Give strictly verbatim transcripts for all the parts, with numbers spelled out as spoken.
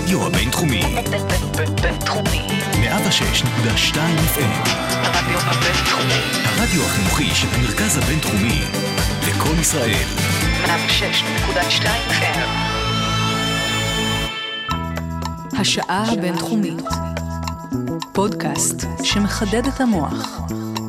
הרדיו הבינתחומי. בינתחומי. מאה ושש נקודה שתיים אף אם. הרדיו הבינתחומי. הרדיו החינוכי של המרכז הבינתחומי. לקום ישראל. מאה ושש נקודה שתיים אף אם. השעה הבינתחומית. פודקאסט שמחדד את המוח.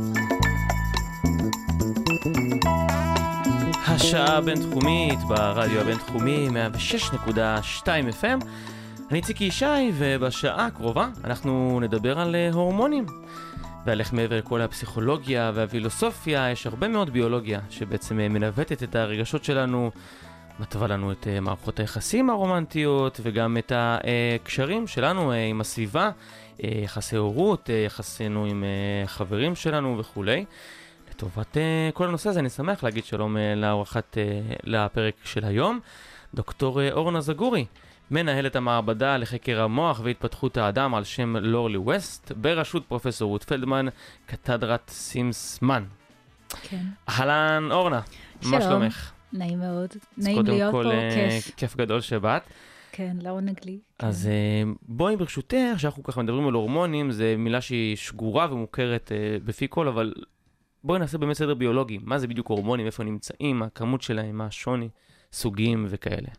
השעה הבינתחומית ברדיו הבינתחומי מאה ושש נקודה שתיים אף אם. אני ציקי ישי, ובשעה הקרובה אנחנו נדבר על הורמונים ועל איך מעבר כל הפסיכולוגיה והפילוסופיה יש הרבה מאוד ביולוגיה שבעצם מנווטת את הרגשות שלנו, מטבע לנו את מערכות היחסים הרומנטיות וגם את הקשרים שלנו עם הסביבה, יחסי הורות, יחסינו עם חברים שלנו וכולי. לטובת כל הנושא הזה אני שמח להגיד שלום לעורכת לפרק של היום, דוקטור אורנה זגורי, מנהלת המעבדה לחקר המוח והתפתחות האדם על שם לורלי ווסט, בראשות פרופסור רות פלדמן, קתדרת סימסמן. כן. אהלן אורנה, מה שלומך? נעים מאוד, נעים להיות פה, כיף. כיף גדול שבאת. כן, לעונג לי. אז בואי ברשותך, שאנחנו ככה מדברים על הורמונים, זו מילה שהיא שגורה ומוכרת בפי כל, אבל בואי נעשה באמת סדר ביולוגי. מה זה בדיוק הורמונים, איפה נמצאים, הכמות שלהם, מה השוני, סוגים וכאלה.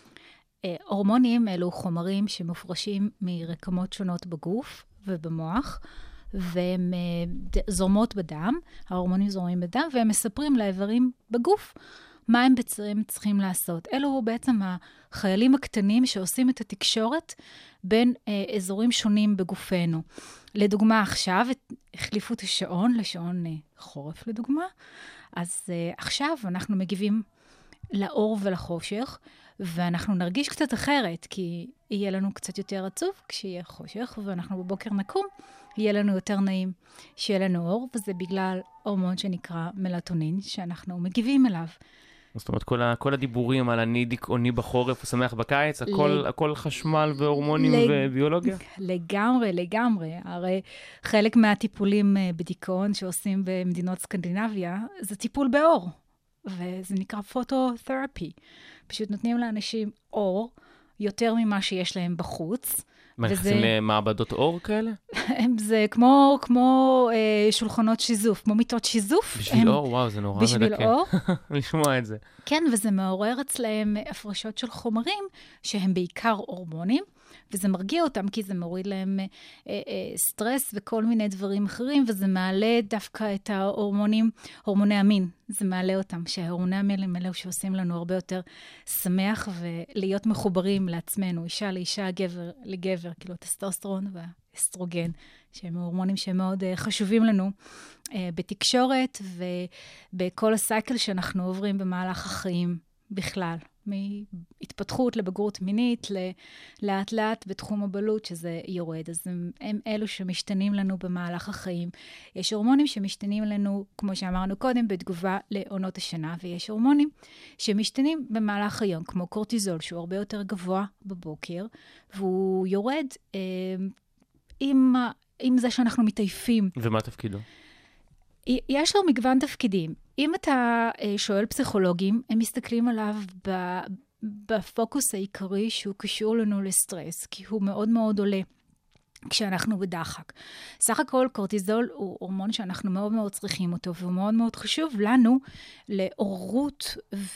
הורמונים אלו חומרים שמופרשים מרקמות שונות בגוף ובמוח, והם זורמות בדם, ההורמונים זורמים בדם, והם מספרים לאיברים בגוף מה הם בצרים צריכים לעשות. אלו בעצם החיילים הקטנים שעושים את התקשורת בין אה, אזורים שונים בגופנו. לדוגמה, עכשיו החליפו את השעון לשעון אה, חורף לדוגמה, אז אה, עכשיו אנחנו מגיבים לאור ולחושך, ואנחנו נרגיש קצת אחרת, כי יהיה לנו קצת יותר עצוב כשיהיה חושך, ואנחנו בבוקר נקום, יהיה לנו יותר נעים שיהיה לנו אור, וזה בגלל הורמון שנקרא מלטונין, שאנחנו מגיבים אליו. זאת אומרת, כל, ה, כל הדיבורים על אני דיכאוני בחורף ושמח בקיץ, הכל, לג... הכל חשמל והורמונים לג... וביולוגיה? לגמרי, לגמרי. הרי חלק מהטיפולים בדיכאון שעושים במדינות סקנדינביה, זה טיפול באור. וזה נקרא פוטותרפי. פשוט נותנים לאנשים אור יותר ממה שיש להם בחוץ. מה, נכנסים למעבדות אור כאלה? זה כמו, כמו אה, שולחנות שיזוף, כמו מיטות שיזוף. בשביל הם, אור? וואו, זה נורא מדכא. בשביל אור. לשמוע את זה. כן, וזה מעורר אצלהם הפרשות של חומרים שהם בעיקר הורמונים, וזה מרגיע אותם כי זה מוריד להם אה, אה, סטרס וכל מיני דברים אחרים, וזה מעלה דווקא את ההורמונים, הורמוני המין. זה מעלה אותם, שההורמוני המין הם אלו שעושים לנו הרבה יותר שמח ולהיות מחוברים לעצמנו, אישה לאישה, גבר לגבר, כאילו טסטוסטרון והאסטרוגן, שהם הורמונים שהם מאוד uh, חשובים לנו uh, בתקשורת ובכל הסייקל שאנחנו עוברים במהלך החיים בכלל. מהתפתחות לבגרות מינית, לאט לאט בתחום הבלות שזה יורד. אז הם, הם אלו שמשתנים לנו במהלך החיים. יש הורמונים שמשתנים לנו, כמו שאמרנו קודם, בתגובה לעונות השנה, ויש הורמונים שמשתנים במהלך היום, כמו קורטיזול, שהוא הרבה יותר גבוה בבוקר, והוא יורד אה, עם, עם זה שאנחנו מתעייפים. ומה תפקידו? יש לו מגוון תפקידים. אם אתה שואל פסיכולוגים, הם מסתכלים עליו בפוקוס העיקרי שהוא קשור לנו לסטרס, כי הוא מאוד מאוד עולה כשאנחנו בדחק. סך הכל קורטיזול הוא הורמון שאנחנו מאוד מאוד צריכים אותו, והוא מאוד מאוד חשוב לנו לעוררות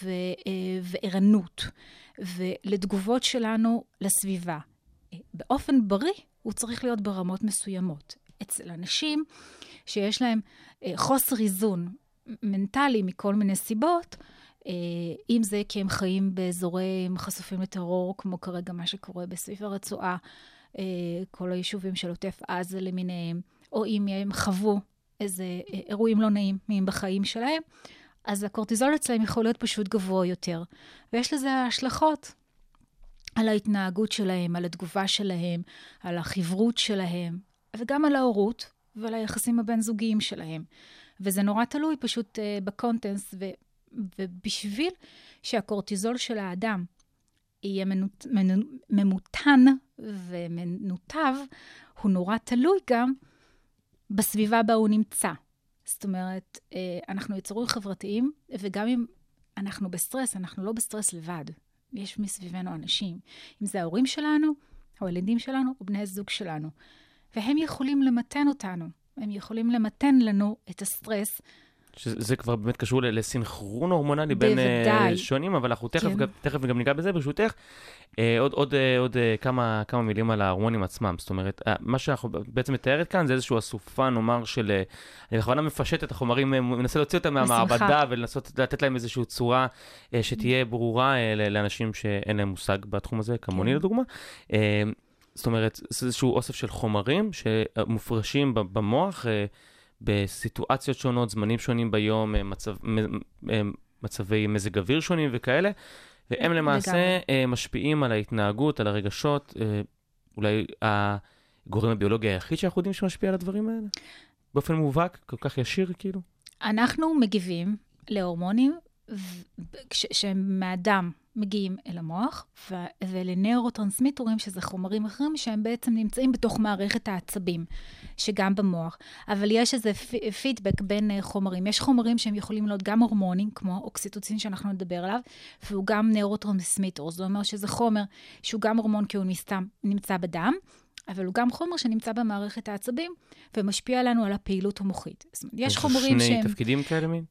וערנות, ולתגובות שלנו לסביבה. באופן בריא הוא צריך להיות ברמות מסוימות. אצל אנשים שיש להם חוסר איזון מנטלי מכל מיני סיבות, אם זה כי הם חיים באזורים חשופים לטרור, כמו כרגע מה שקורה בסביב הרצועה, כל היישובים של עוטף עזה למיניהם, או אם הם חוו איזה אירועים לא נעימים בחיים שלהם, אז הקורטיזול אצלהם יכול להיות פשוט גבוה יותר. ויש לזה השלכות על ההתנהגות שלהם, על התגובה שלהם, על החברות שלהם, וגם על ההורות ועל היחסים הבין-זוגיים שלהם. וזה נורא תלוי פשוט uh, בקונטנס, ו, ובשביל שהקורטיזול של האדם יהיה מנות, מנות, ממותן ומנותב, הוא נורא תלוי גם בסביבה בה הוא נמצא. זאת אומרת, uh, אנחנו יצורים חברתיים, וגם אם אנחנו בסטרס, אנחנו לא בסטרס לבד. יש מסביבנו אנשים. אם זה ההורים שלנו, או הילדים שלנו, או בני הזוג שלנו. והם יכולים למתן אותנו. הם יכולים למתן לנו את הסטרס. שזה כבר באמת קשור לסינכרון הורמונלי בין בוודאי. שונים, אבל אנחנו תכף, כן. גם, תכף גם ניגע בזה, ברשותך. אה, עוד, עוד, עוד כמה, כמה מילים על ההורמונים עצמם. זאת אומרת, מה שאנחנו בעצם מתארת כאן זה איזשהו אסופה, נאמר, של... אני בכוונה מפשט את החומרים, מנסה להוציא אותם מהמעבדה, ולנסות לתת להם איזושהי צורה שתהיה ברורה לאנשים שאין להם מושג בתחום הזה, כמוני כן. לדוגמה. אה, זאת אומרת, זה איזשהו אוסף של חומרים שמופרשים במוח, בסיטואציות שונות, זמנים שונים ביום, מצב, מצבי מזג אוויר שונים וכאלה, והם למעשה משפיעים על ההתנהגות, על הרגשות, אולי הגורם הביולוגי היחיד שאנחנו יודעים שמשפיע על הדברים האלה? באופן מובהק, כל כך ישיר כאילו? אנחנו מגיבים להורמונים שהם מהדם מגיעים אל המוח, ולנeurotransmitters, שזה חומרים אחרים, שהם בעצם נמצאים בתוך מערכת העצבים, שגם במוח. אבל יש איזה פידבק בין חומרים. יש חומרים שהם יכולים להיות גם הורמונים, כמו אוקסיטוצין שאנחנו נדבר עליו, והוא גם neurotransmitters. זאת אומרת שזה חומר שהוא גם הורמון כי הוא נמצא בדם, אבל הוא גם חומר שנמצא במערכת העצבים, ומשפיע לנו על הפעילות המוחית. זאת אומרת, יש חומרים שהם... שני תפקידים כאלה מין?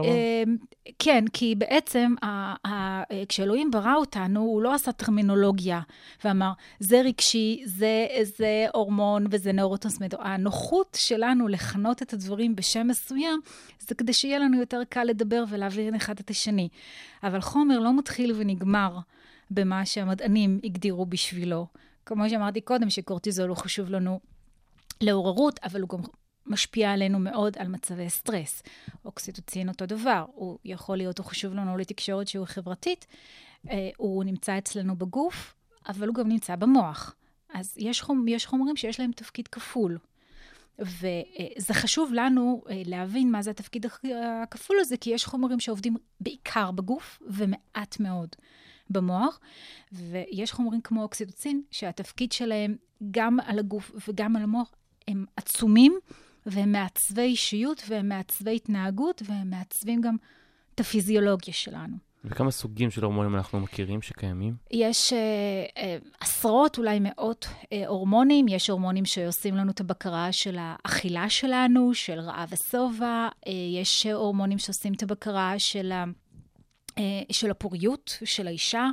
כן, כי בעצם כשאלוהים ברא אותנו, הוא לא עשה טרמינולוגיה ואמר, זה רגשי, זה הורמון וזה נוירוטרנסמיטר. הנוחות שלנו לכנות את הדברים בשם מסוים, זה כדי שיהיה לנו יותר קל לדבר ולהעביר אחד את השני. אבל חומר לא מתחיל ונגמר במה שהמדענים הגדירו בשבילו. כמו שאמרתי קודם, שקורטיזול הוא חשוב לנו לעוררות, אבל הוא גם... משפיע עלינו מאוד על מצבי סטרס. אוקסיטוצין אותו דבר, הוא יכול להיות, הוא חשוב לנו לתקשורת שהוא חברתית, הוא נמצא אצלנו בגוף, אבל הוא גם נמצא במוח. אז יש, חומ, יש חומרים שיש להם תפקיד כפול. וזה חשוב לנו להבין מה זה התפקיד הכפול הזה, כי יש חומרים שעובדים בעיקר בגוף, ומעט מאוד במוח, ויש חומרים כמו אוקסיטוצין, שהתפקיד שלהם גם על הגוף וגם על המוח, הם עצומים, והם מעצבי אישיות, והם מעצבי התנהגות, והם מעצבים גם את הפיזיולוגיה שלנו. וכמה סוגים של הורמונים אנחנו מכירים שקיימים? יש אה, אה, עשרות, אולי מאות אה, הורמונים. יש הורמונים שעושים לנו את הבקרה של האכילה שלנו, של רעב ושובע. אה, יש הורמונים שעושים את הבקרה של ה... של הפוריות, של האישה,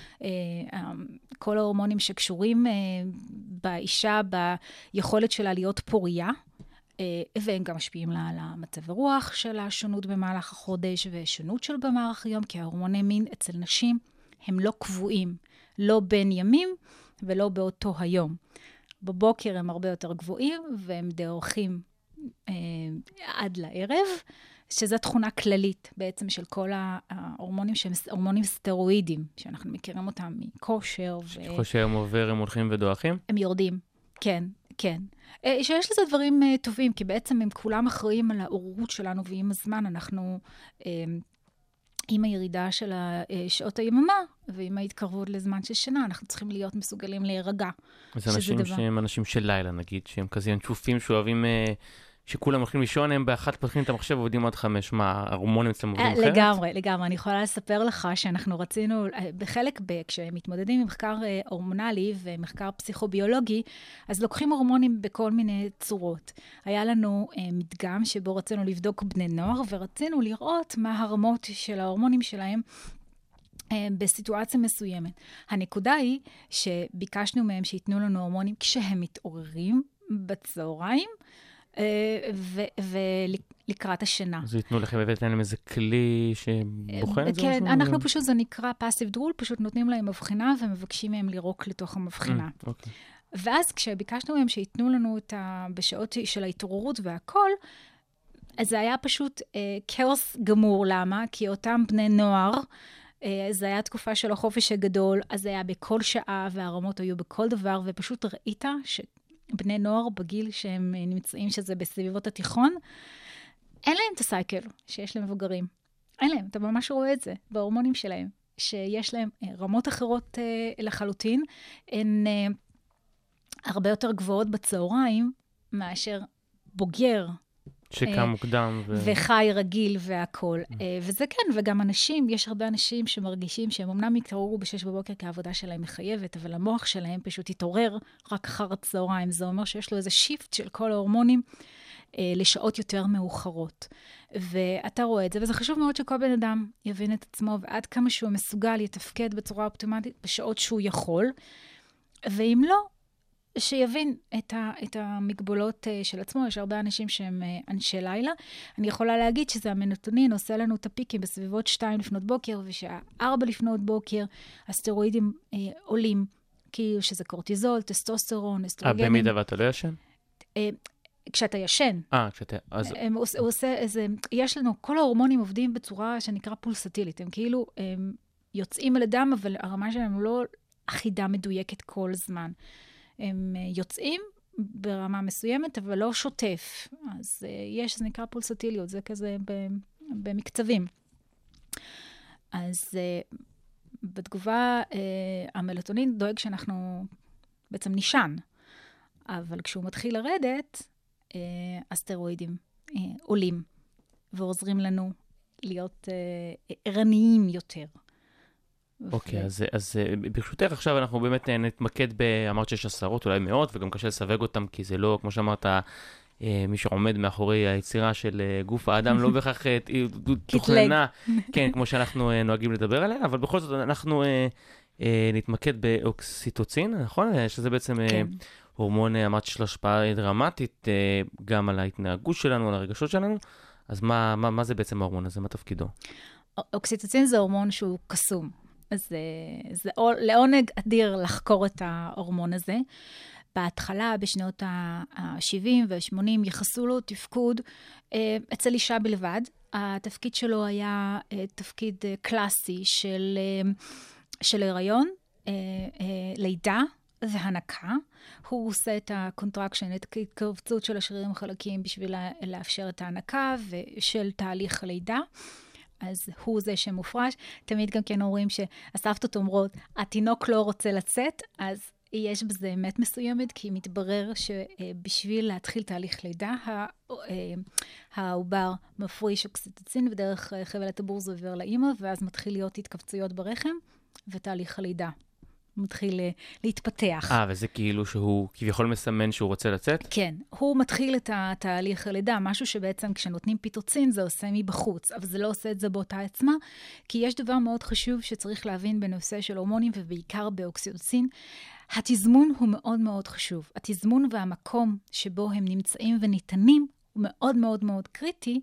כל ההורמונים שקשורים באישה, ביכולת שלה להיות פוריה, והם גם משפיעים לה על המצב הרוח של השונות במהלך החודש, ושונות של במהלך היום, כי ההורמוני מין אצל נשים הם לא קבועים, לא בין ימים ולא באותו היום. בבוקר הם הרבה יותר גבוהים, והם דורכים עד לערב, שזו תכונה כללית בעצם של כל ההורמונים, שהם הורמונים סטרואידים, שאנחנו מכירים אותם מכושר. ככל שהם עובר, הם הולכים ודועכים? הם יורדים, כן, כן. שיש לזה דברים טובים, כי בעצם הם כולם אחראים על העוררות שלנו, ועם הזמן אנחנו, עם הירידה של שעות היממה, ועם ההתקרבות לזמן של שינה, אנחנו צריכים להיות מסוגלים להירגע. זה אנשים דבר... שהם אנשים של לילה, נגיד, שהם כזה ינשופים שאוהבים... שכולם הולכים לישון, הם באחת פותחים את המחשב ועובדים עד חמש. מה, ההורמונים אצלם עובדים אחרת? לגמרי, לגמרי. אני יכולה לספר לך שאנחנו רצינו, בחלק, כשמתמודדים עם מחקר הורמונלי ומחקר פסיכוביולוגי, אז לוקחים הורמונים בכל מיני צורות. היה לנו מדגם שבו רצינו לבדוק בני נוער, ורצינו לראות מה הרמות של ההורמונים שלהם בסיטואציה מסוימת. הנקודה היא שביקשנו מהם שיתנו לנו הורמונים כשהם מתעוררים בצהריים, ולקראת השינה. אז ייתנו לכם, הבאת להם איזה כלי שבוחן את זה? כן, אנחנו פשוט, זה נקרא פאסיב דרול, פשוט נותנים להם מבחינה ומבקשים מהם לירוק לתוך המבחינה. ואז כשביקשנו מהם שיתנו לנו את ה... בשעות של ההתעוררות והכל, אז זה היה פשוט כאוס גמור. למה? כי אותם בני נוער, זה היה תקופה של החופש הגדול, אז זה היה בכל שעה, והרמות היו בכל דבר, ופשוט ראית ש... בני נוער בגיל שהם נמצאים, שזה בסביבות התיכון, אין להם את הסייקל שיש למבוגרים. אין להם, אתה ממש רואה את זה בהורמונים שלהם, שיש להם רמות אחרות לחלוטין, הן הרבה יותר גבוהות בצהריים מאשר בוגר. שקם מוקדם. ו... וחי רגיל והכל. וזה כן, וגם אנשים, יש הרבה אנשים שמרגישים שהם אמנם יתעוררו בשש בבוקר כי העבודה שלהם מחייבת, אבל המוח שלהם פשוט יתעורר רק אחר הצהריים. זה אומר שיש לו איזה שיפט של כל ההורמונים לשעות יותר מאוחרות. ואתה רואה את זה, וזה חשוב מאוד שכל בן אדם יבין את עצמו, ועד כמה שהוא מסוגל יתפקד בצורה אופטימלית בשעות שהוא יכול, ואם לא, שיבין את, ה, את המגבלות של עצמו. יש הרבה אנשים שהם אנשי לילה. אני יכולה להגיד שזה המלטונין עושה לנו את הפיקים בסביבות שתיים לפנות בוקר, ושעה ארבע לפנות בוקר, הסטרואידים אה, עולים, כאילו שזה קורטיזול, טסטוסטרון, אסטרוגנים. במידה ואתה לא ישן? אה, כשאתה ישן. אה, כשאתה... אז... הם, הוא, הוא עושה איזה... יש לנו, כל ההורמונים עובדים בצורה שנקרא פולסטילית. הם כאילו הם יוצאים על הדם, אבל הרמה שלהם לא אחידה מדויקת כל זמן. הם יוצאים ברמה מסוימת, אבל לא שוטף. אז uh, יש, זה נקרא פולסטיליות, זה כזה במקצבים. אז uh, בתגובה, uh, המלטונין דואג שאנחנו בעצם נשן, אבל כשהוא מתחיל לרדת, uh, הסטרואידים uh, עולים, ועוזרים לנו להיות uh, ערניים יותר. אוקיי, okay, אז, אז ברשותך עכשיו אנחנו באמת נתמקד ב... אמרת שיש עשרות, אולי מאות, וגם קשה לסווג אותם, כי זה לא, כמו שאמרת, מי שעומד מאחורי היצירה של גוף האדם, לא בהכרח תוכננה, כן, כמו שאנחנו נוהגים לדבר עליה, אבל בכל זאת אנחנו נתמקד באוקסיטוצין, נכון? שזה בעצם כן. הורמון, אמרת שיש לו השפעה דרמטית, גם על ההתנהגות שלנו, על הרגשות שלנו, אז מה, מה, מה זה בעצם ההורמון הזה? מה תפקידו? אוקסיטוצין זה הורמון שהוא קסום. אז זה לעונג אדיר לחקור את ההורמון הזה. בהתחלה, בשנות ה-שבעים וה-שמונים, יחסו לו תפקוד אצל אישה בלבד. התפקיד שלו היה תפקיד קלאסי של, של הריון, לידה והנקה. הוא עושה את הקונטרקשן, את ההתכווצות של השרירים החלקים בשביל לאפשר את ההנקה ושל תהליך הלידה. אז הוא זה שמופרש. תמיד גם כן אומרים שהסבתות אומרות, התינוק לא רוצה לצאת, אז יש בזה אמת מסוימת, כי מתברר שבשביל להתחיל תהליך לידה, העובר מפריש אוקסיטוצין, ודרך חבל הטבור זה עובר לאמא, ואז מתחיל להיות התכווצויות ברחם, ותהליך הלידה מתחיל להתפתח. אה, וזה כאילו שהוא כביכול מסמן שהוא רוצה לצאת? כן, הוא מתחיל את התהליך הלידה, משהו שבעצם כשנותנים פיטוצין זה עושה מבחוץ, אבל זה לא עושה את זה באותה עצמה, כי יש דבר מאוד חשוב שצריך להבין בנושא של הורמונים, ובעיקר באוקסיטוצין. התזמון הוא מאוד מאוד חשוב. התזמון והמקום שבו הם נמצאים וניתנים הוא מאוד מאוד מאוד קריטי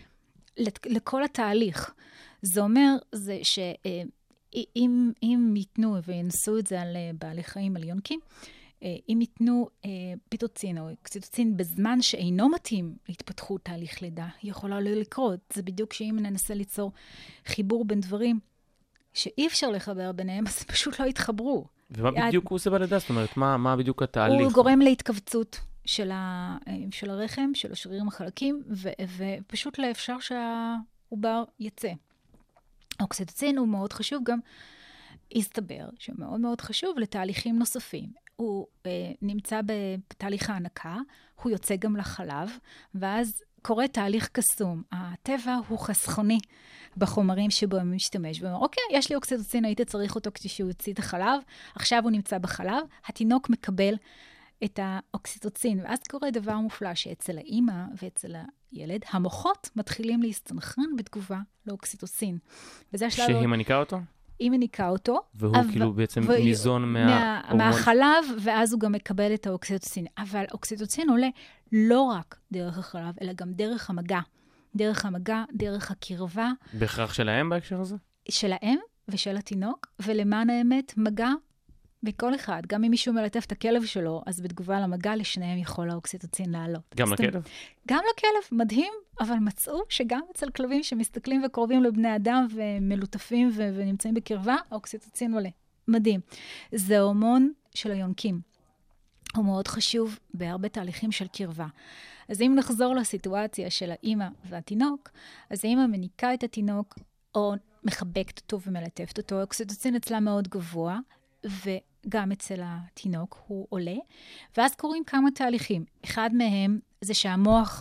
לכל התהליך. זה אומר זה ש... אם, אם ייתנו וינסו את זה על בעלי חיים, על יונקים, אם ייתנו פיטוצין או אוקסיטוצין בזמן שאינו מתאים להתפתחות תהליך לידה, יכולה לא לקרות. זה בדיוק שאם ננסה ליצור חיבור בין דברים שאי אפשר לחבר ביניהם, אז פשוט לא יתחברו. ומה בדיוק הוא עושה בלידה? זאת אומרת, מה, מה בדיוק התהליך? הוא גורם להתכווצות של, ה, של הרחם, של השרירים החלקים, ו, ופשוט לאפשר שהעובר יצא. אוקסיטוצין הוא מאוד חשוב, גם הסתבר שמאוד מאוד חשוב לתהליכים נוספים. הוא אה, נמצא בתהליך ההנקה, הוא יוצא גם לחלב, ואז קורה תהליך קסום. הטבע הוא חסכוני בחומרים שבו הוא משתמש. ואומר, אוקיי, יש לי אוקסיטוצין, הייתי צריך אותו כשהוא יוציא את החלב, עכשיו הוא נמצא בחלב, התינוק מקבל את האוקסיטוצין, ואז קורה דבר מופלא שאצל האמא ואצל הילד, המוחות מתחילים להסתנכרן בתגובה לאוקסיטוצין. וזה השלב... שהיא מניקה אותו? היא מניקה אותו. והוא אבל... כאילו בעצם ו... ניזון מה... מה... מהחלב, ואז הוא גם מקבל את האוקסיטוצין. אבל אוקסיטוצין עולה לא רק דרך החלב, אלא גם דרך המגע. דרך המגע, דרך הקרבה. בהכרח שלהם בהקשר הזה? שלהם ושל התינוק, ולמען האמת, מגע בכל אחד. גם אם מישהו מלטף את הכלב שלו, אז בתגובה למגע לשניהם יכול האוקסיטוצין לעלות. גם לכלב? גם לכלב, מדהים, אבל מצאו שגם אצל כלבים שמסתכלים וקרובים לבני אדם ומלוטפים ו- ונמצאים בקרבה, האוקסיטוצין עולה. מדהים. זה הורמון של היונקים. הוא מאוד חשוב בהרבה תהליכים של קרבה. אז אם נחזור לסיטואציה של האמא והתינוק, אז האמא מניקה את התינוק, או מחבקת אותו ומלטפת אותו, האוקסיטוצין אצלה מאוד גבוה, וגם אצל התינוק הוא עולה, ואז קוראים כמה תהליכים. אחד מהם זה שהמוח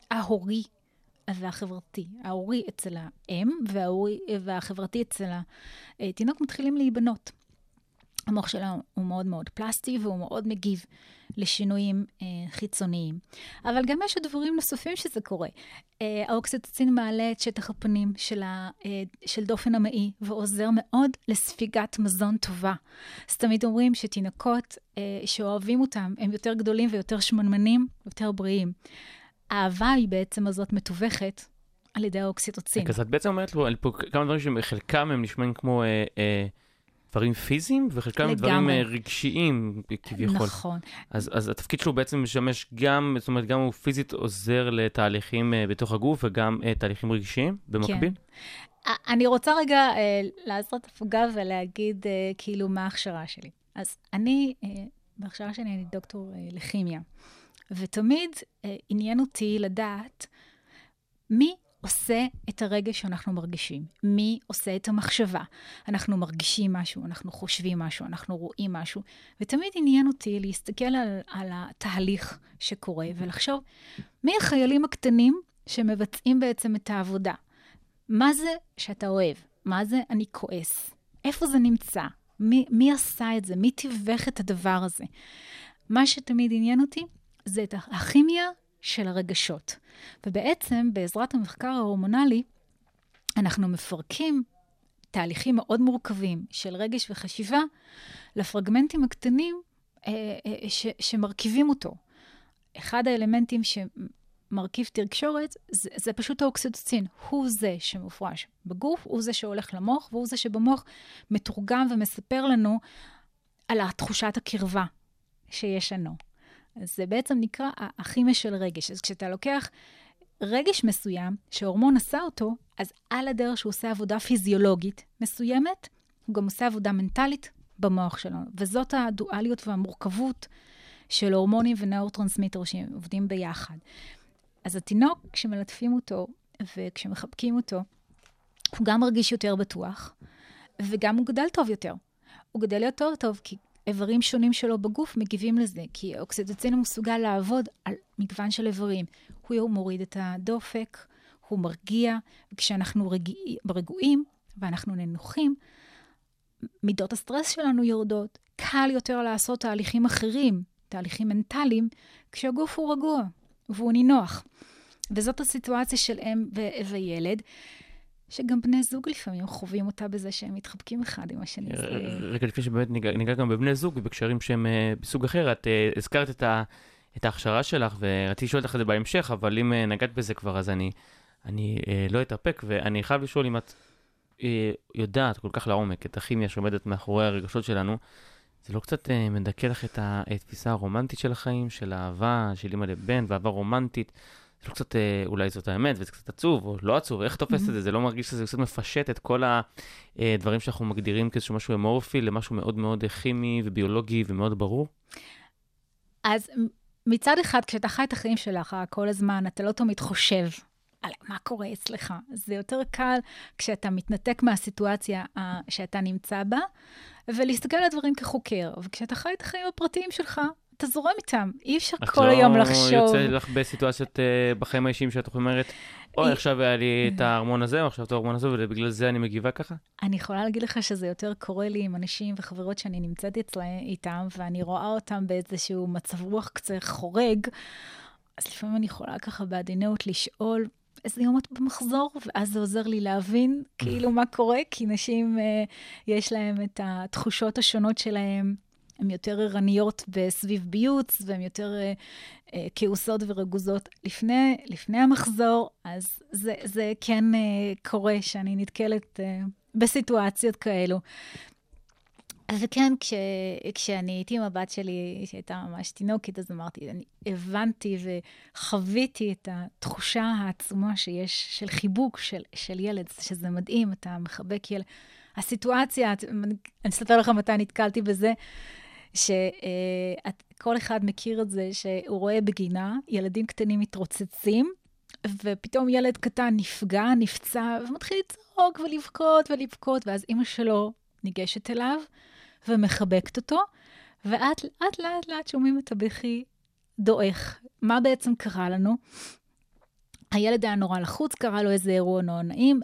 ההורי והחברתי. ההורי אצל האם וההורי והחברתי אצל התינוק מתחילים להיבנות. המוח שלנו הוא מאוד מאוד פלסטי, והוא מאוד מגיב לשינויים אה, חיצוניים. אבל גם יש דברים נוספים שזה קורה. אה, האוקסיטוצין מעלה את שטח הפנים של, ה, אה, של דופן המעי, ועוזר מאוד לספיגת מזון טובה. אז תמיד אומרים שתינוקות אה, שאוהבים אותם, הם יותר גדולים ויותר שמנמנים, יותר בריאים. האהבה היא בעצם הזאת מתווכת על ידי האוקסיטוצין. אז את בעצם אומרת לו, על פה כמה דברים שחלקם הם נשמעים כמו... אה, אה... דברים פיזיים, וחלקם דברים רגשיים, כביכול. נכון. אז, אז התפקיד שלו בעצם משמש גם, זאת אומרת, גם הוא פיזית עוזר לתהליכים בתוך הגוף, וגם תהליכים רגשיים במקביל? כן. אני רוצה רגע לעשות הפוגה ולהגיד כאילו מה ההכשרה שלי. אז אני, בהכשרה שלי אני דוקטור לכימיה, ותמיד עניין אותי לדעת מי עושה את הרגש שאנחנו מרגישים. מי עושה את המחשבה? אנחנו מרגישים משהו, אנחנו חושבים משהו, אנחנו רואים משהו. ותמיד עניין אותי להסתכל על, על התהליך שקורה, ולחשוב מי החיילים הקטנים שמבצעים בעצם את העבודה. מה זה שאתה אוהב? מה זה אני כועס? איפה זה נמצא? מי, מי עשה את זה? מי תיווך את הדבר הזה? מה שתמיד עניין אותי זה את הכימיה של הרגשות. ובעצם, בעזרת המחקר ההורמונלי, אנחנו מפרקים תהליכים מאוד מורכבים של רגש וחשיבה לפרגמנטים הקטנים אה, אה, ש, שמרכיבים אותו. אחד האלמנטים שמרכיב תקשורת, זה, זה פשוט האוקסיטוצין. הוא זה שמופרש בגוף, הוא זה שהולך למוח, והוא זה שבמוח מתורגם ומספר לנו על תחושת הקרבה שיש לנו. אז זה בעצם נקרא הכימיה של רגש. אז כשאתה לוקח רגש מסוים, שההורמון עשה אותו, אז על הדרך שהוא עושה עבודה פיזיולוגית מסוימת, הוא גם עושה עבודה מנטלית במוח שלנו. וזאת הדואליות והמורכבות של הורמונים ונאורוטרנסמיטר שעובדים ביחד. אז התינוק, כשמלטפים אותו וכשמחבקים אותו, הוא גם מרגיש יותר בטוח, וגם הוא גדל טוב יותר. הוא גדל יותר טוב כי איברים שונים שלו בגוף מגיבים לזה, כי האוקסיטוצין הוא מסוגל לעבוד על מגוון של איברים. הוא מוריד את הדופק, הוא מרגיע, וכשאנחנו רגוע, רגועים ואנחנו ננוחים, מידות הסטרס שלנו יורדות. קל יותר לעשות תהליכים אחרים, תהליכים מנטליים, כשהגוף הוא רגוע והוא נינוח. וזאת הסיטואציה של אם ו- וילד, שגם בני זוג לפעמים חווים אותה בזה שהם מתחבקים אחד עם השני. רגע, לפני שבאמת ניגע גם בבני זוג ובקשרים שהם בסוג אחר, את הזכרת את, ה, את ההכשרה שלך, ורציתי לשאול לך את זה בהמשך, אבל אם נגעת בזה כבר, אז אני, אני לא אתאפק, ואני חייב לשאול אם את יודעת כל כך לעומק את הכימיה שעומדת מאחורי הרגשות שלנו, זה לא קצת מדכא לך את התפיסה הרומנטית של החיים, של האהבה, של אמא לבן, ואהבה רומנטית, זה לא קצת, אולי זאת האמת, וזה קצת עצוב, או לא עצוב, איך תופס את זה? זה לא מרגיש שזה קצת מפשט את כל הדברים שאנחנו מגדירים כאיזשהו משהו אמורפי, למשהו מאוד מאוד כימי וביולוגי ומאוד ברור? אז מצד אחד, כשאתה חי את החיים שלך כל הזמן, אתה לא תמיד חושב על מה קורה אצלך. זה יותר קל כשאתה מתנתק מהסיטואציה שאתה נמצא בה, ולהסתכל על הדברים כחוקר. וכשאתה חי את החיים הפרטיים שלך, אתה זורם איתם. אי אפשר כל היום לחשוב. את לא יוצא לך בסיטואציות בחיים האישיים שאת אומרת, אוי, עכשיו היה לי את ההרמון הזה, או עכשיו את ההרמון הזה, ובגלל זה אני מגיבה ככה? אני יכולה להגיד לך שזה יותר קורה לי עם אנשים וחברות שאני נמצאת איתם, ואני רואה אותם באיזשהו מצב רוח קצת חורג, אז לפעמים אני יכולה ככה בעדינות לשאול, איזה יום את במחזור? ואז זה עוזר לי להבין כאילו מה קורה, כי נשים יש להם את התחושות השונות שלהם, הן יותר ערניות בסביב ביוץ, והן יותר uh, uh, כאוסות ורגוזות לפני, לפני המחזור, אז זה, זה כן uh, קורה שאני נתקלת uh, בסיטואציות כאלו. וכן, כש, כשאני הייתי עם הבת שלי, שהייתה ממש תינוקית, אז אמרתי, אני הבנתי וחוויתי את התחושה העצומה שיש של חיבוק של, של ילד, שזה מדהים, אתה מחבק ילד. הסיטואציה, אני אספר לך מתי נתקלתי בזה, שכל אחד מכיר את זה, שהוא רואה בגינה, ילדים קטנים מתרוצצים, ופתאום ילד קטן נפגע, נפצע, ומתחיל לצחוק ולבכות ולבכות, ואז אמא שלו ניגשת אליו, ומחבקת אותו, ואת לאט לאט לאט שומעים את הבכי דועך. מה בעצם קרה לנו? הילד היה נורא לחוץ, קרא לו איזה אירוע נורא נעים,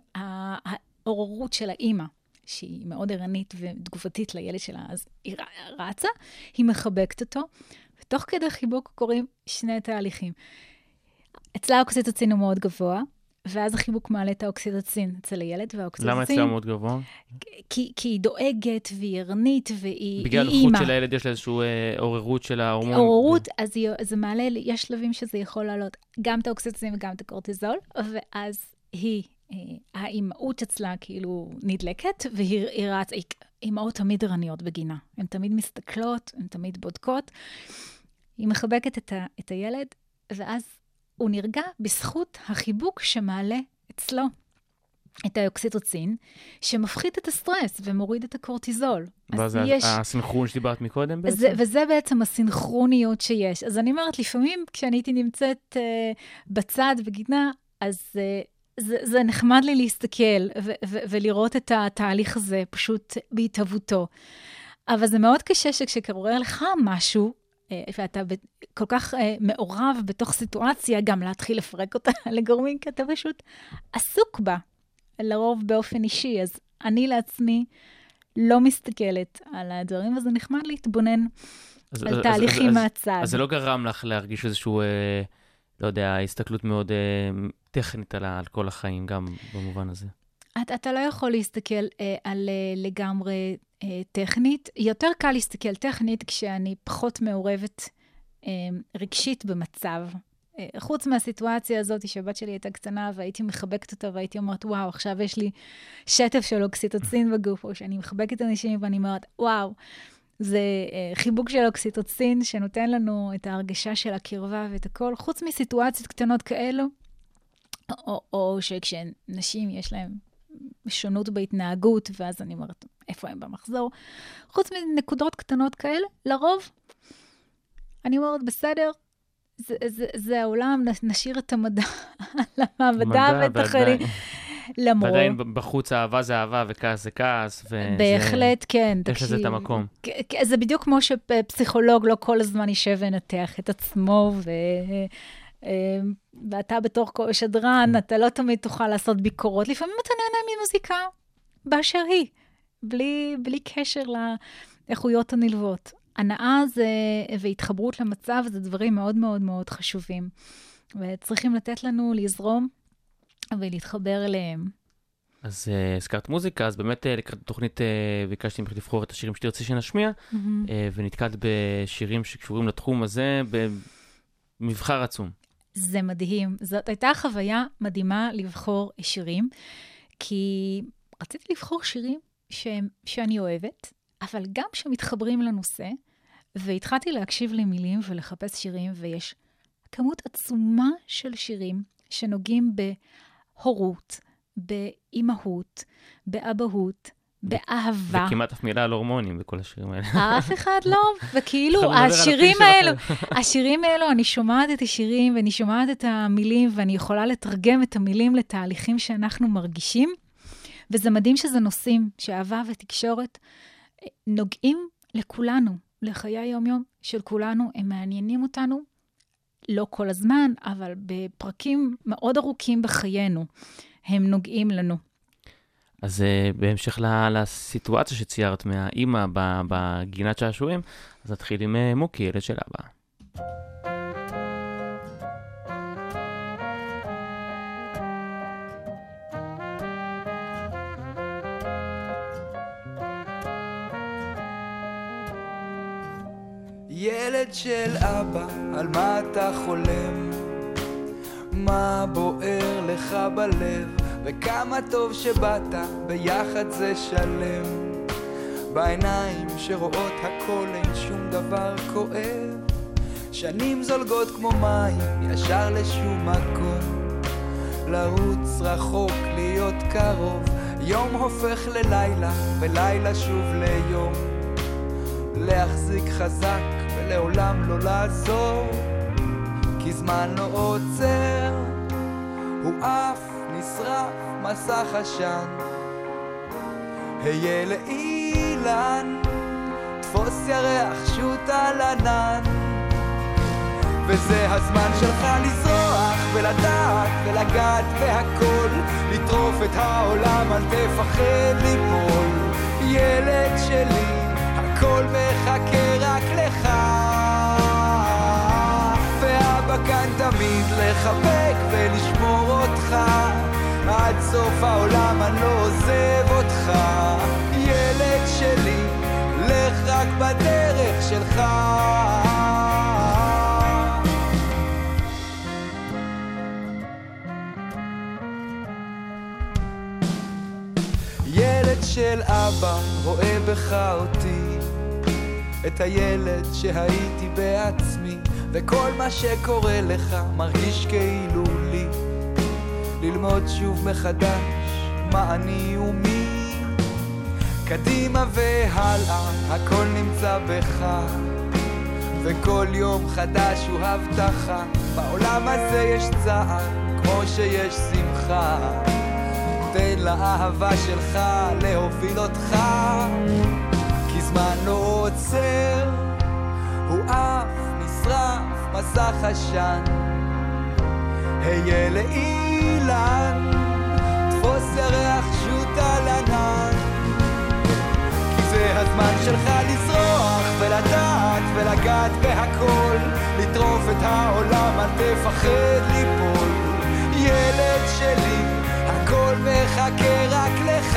העוררות של האימא, שהיא מאוד ערנית ותגובתית לילד שלה, אז היא רצה, היא מחבקת אותו, ותוך כדי חיבוק קוראים שני תהליכים. אצלה האוקסיטוצין הוא מאוד גבוה, ואז החיבוק מעלה את האוקסיטוצין אצל הילד, והאוקסיטוצין... למה אצלה מאוד גבוה? כי, כי היא דואגת, והיא ערנית, והיא בגלל אימא. החוץ של הילד יש לה איזושהי אה, עוררות של ההורמון. עוררות, ו... אז היא, זה מעלה, יש שלבים שזה יכול לעלות גם את האוקסיטוצין וגם את הקורטיזול, ואז היא, אה, האימהות אצלה כאילו נדלקת, והיא רצה, אימהות תמיד ערניות בגינה. הן תמיד מסתכלות, הן תמיד בודקות. היא מחבקת את, ה, את הילד, ואז הוא נרגע בזכות החיבוק שמעלה אצלו את האוקסיטוצין, שמפחית את הסטרס ומוריד את הקורטיזול. וזה יש... הסינכרון שדיברת מקודם בעצם? זה, וזה בעצם הסינכרוניות שיש. אז אני אומרת, לפעמים כשאני הייתי נמצאת uh, בצד בגינה, אז uh, זה, זה נחמד לי להסתכל ו- ו- ולראות את התהליך הזה פשוט בהתהוותו. אבל זה מאוד קשה שכשקורה לך משהו, ואתה כל כך מעורב בתוך סיטואציה, גם להתחיל לפרק אותה לגורמים, כי אתה פשוט עסוק בה, לרוב באופן אישי. אז אני לעצמי לא מסתכלת על הדברים, וזה נחמד להתבונן אז, על אז, תהליכים אז, מהצד. אז זה לא גרם לך להרגיש איזשהו, אה, לא יודע, הסתכלות מאוד אה, טכנית על, על כל החיים, גם במובן הזה. אתה, אתה לא יכול להסתכל אה, על אה, לגמרי אה, טכנית. יותר קל להסתכל טכנית כשאני פחות מעורבת אה, רגשית במצב. אה, חוץ מהסיטואציה הזאת שהבת שלי הייתה קטנה והייתי מחבקת אותה והייתי אומרת, וואו, עכשיו יש לי שטף של אוקסיטוצין בגוף, או שאני מחבקת אנשים ואני אומרת, וואו, זה אה, חיבוק של אוקסיטוצין שנותן לנו את ההרגשה של הקרבה ואת הכל. חוץ מסיטואציות קטנות כאלו, או, או שכשנשים יש להם שונות בהתנהגות, ואז אני אומרת, איפה הם במחזור? חוץ מנקודות קטנות כאלה, לרוב, אני אומרת, בסדר, זה, זה, זה העולם, נשאיר את המדע למעבדה ואת החיים. למרות. ועדיין בחוץ אהבה זה אהבה, וכעס זה כעס. בהחלט, כן. יש לזה את המקום. זה בדיוק כמו שפסיכולוג לא כל הזמן יישב ונתח את עצמו, ו... ואתה בתור שדרן, אתה לא תמיד תוכל לעשות ביקורות. לפעמים אתה נהנה ממוזיקה באשר היא, בלי, בלי קשר לאיכויות הנלוות. הנאה זה, והתחברות למצב, זה דברים מאוד מאוד מאוד חשובים. וצריכים לתת לנו לזרום ולהתחבר אליהם. אז uh, הזכרת מוזיקה, אז באמת uh, לקראת תוכנית uh, ביקשתי ממך לבחור את השירים שתרצי שנשמיע, mm-hmm. uh, ונתקעת בשירים שקשורים לתחום הזה, במבחר עצום. זה מדהים. זאת הייתה חוויה מדהימה לבחור שירים, כי רציתי לבחור שירים ש... שאני אוהבת, אבל גם שמתחברים לנושא, והתחלתי להקשיב למילים ולחפש שירים, ויש כמות עצומה של שירים שנוגעים בהורות, באימהות, באבהות, באהבה. וכמעט אף מילה על הורמונים בכל השירים האלה. אף אחד לא, וכאילו השירים האלו, השירים האלו, אני שומעת את השירים ואני שומעת את המילים, ואני יכולה לתרגם את המילים לתהליכים שאנחנו מרגישים, וזה מדהים שזה נושאים שאהבה ותקשורת נוגעים לכולנו, לחיי היום-יום של כולנו, הם מעניינים אותנו, לא כל הזמן, אבל בפרקים מאוד ארוכים בחיינו, הם נוגעים לנו. אז uh, בהמשך לסיטואציה שציירת מהאימא בגינת שעשועים, אז נתחיל עם uh, מוקי, ילד של אבא. ילד של אבא, על מה אתה חולם? מה בוער לך בלב? וכמה טוב שבאת, ביחד זה שלם. בעיניים שרואות הכל אין שום דבר כואב. שנים זולגות כמו מים, ישר לשום מקום. לרוץ רחוק, להיות קרוב. יום הופך ללילה, ולילה שוב ליום. להחזיק חזק ולעולם לא לעזור, כי זמן לא עוצר, הוא אף נשרף מסך עשן. היה לאילן, תפוס ירח שוט על ענן. וזה הזמן שלך לזרוח ולדעת ולגעת בהכל, לטרוף את העולם, אל תפחד ליפול. ילד שלי, הכל מחכה רק לך, ואבא כאן תמיד לחבק ולשמור אותך, עד סוף העולם אני לא עוזב אותך. ילד שלי, לך רק בדרך שלך. ילד של אבא רואה בך אותי, את הילד שהייתי בעצמי, וכל מה שקורה לך מרגיש כאילו לי, ללמוד שוב מחדש מה אני ומי, קדימה והלאה הכל נמצא בך, וכל יום חדש הוא הבטחה. בעולם הזה יש צער כמו שיש שמחה, תן לאהבה שלך להוביל אותך, כי זמן לא עוצר, הוא אף נשרף מסך עשן. היה לאילן, תפוס ירח שוט על ענן, כי זה הזמן שלך לזרוח ולדעת ולגעת בהכל, לטרוף את העולם, אל תפחד ליפול. ילד שלי, הכל מחכה רק לך,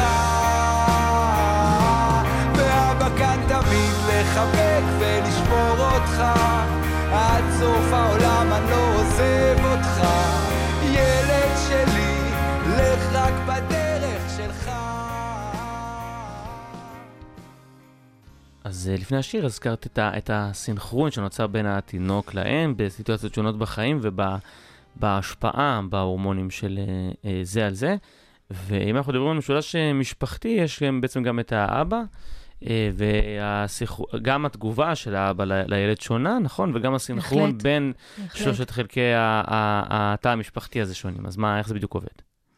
ואבא כאן תמיד לחבק ולשמור אותך, עד סוף העולם אני לא עוזב אותך. ילד שלי, לך רק בדרך שלך. אז לפני השיר הזכרת את, ה, את הסינכרון שנוצר בין התינוק לאם בסיטואציות שונות בחיים ובהשפעה בהורמונים של זה על זה. ואם אנחנו מדברים על משולש משפחתי, יש בעצם גם את האבא, וגם התגובה של האבא לילד שונה, נכון? וגם הסינכרון בין שלושת חלקי התא המשפחתי הזה שונים. אז מה, איך זה בדיוק עובד?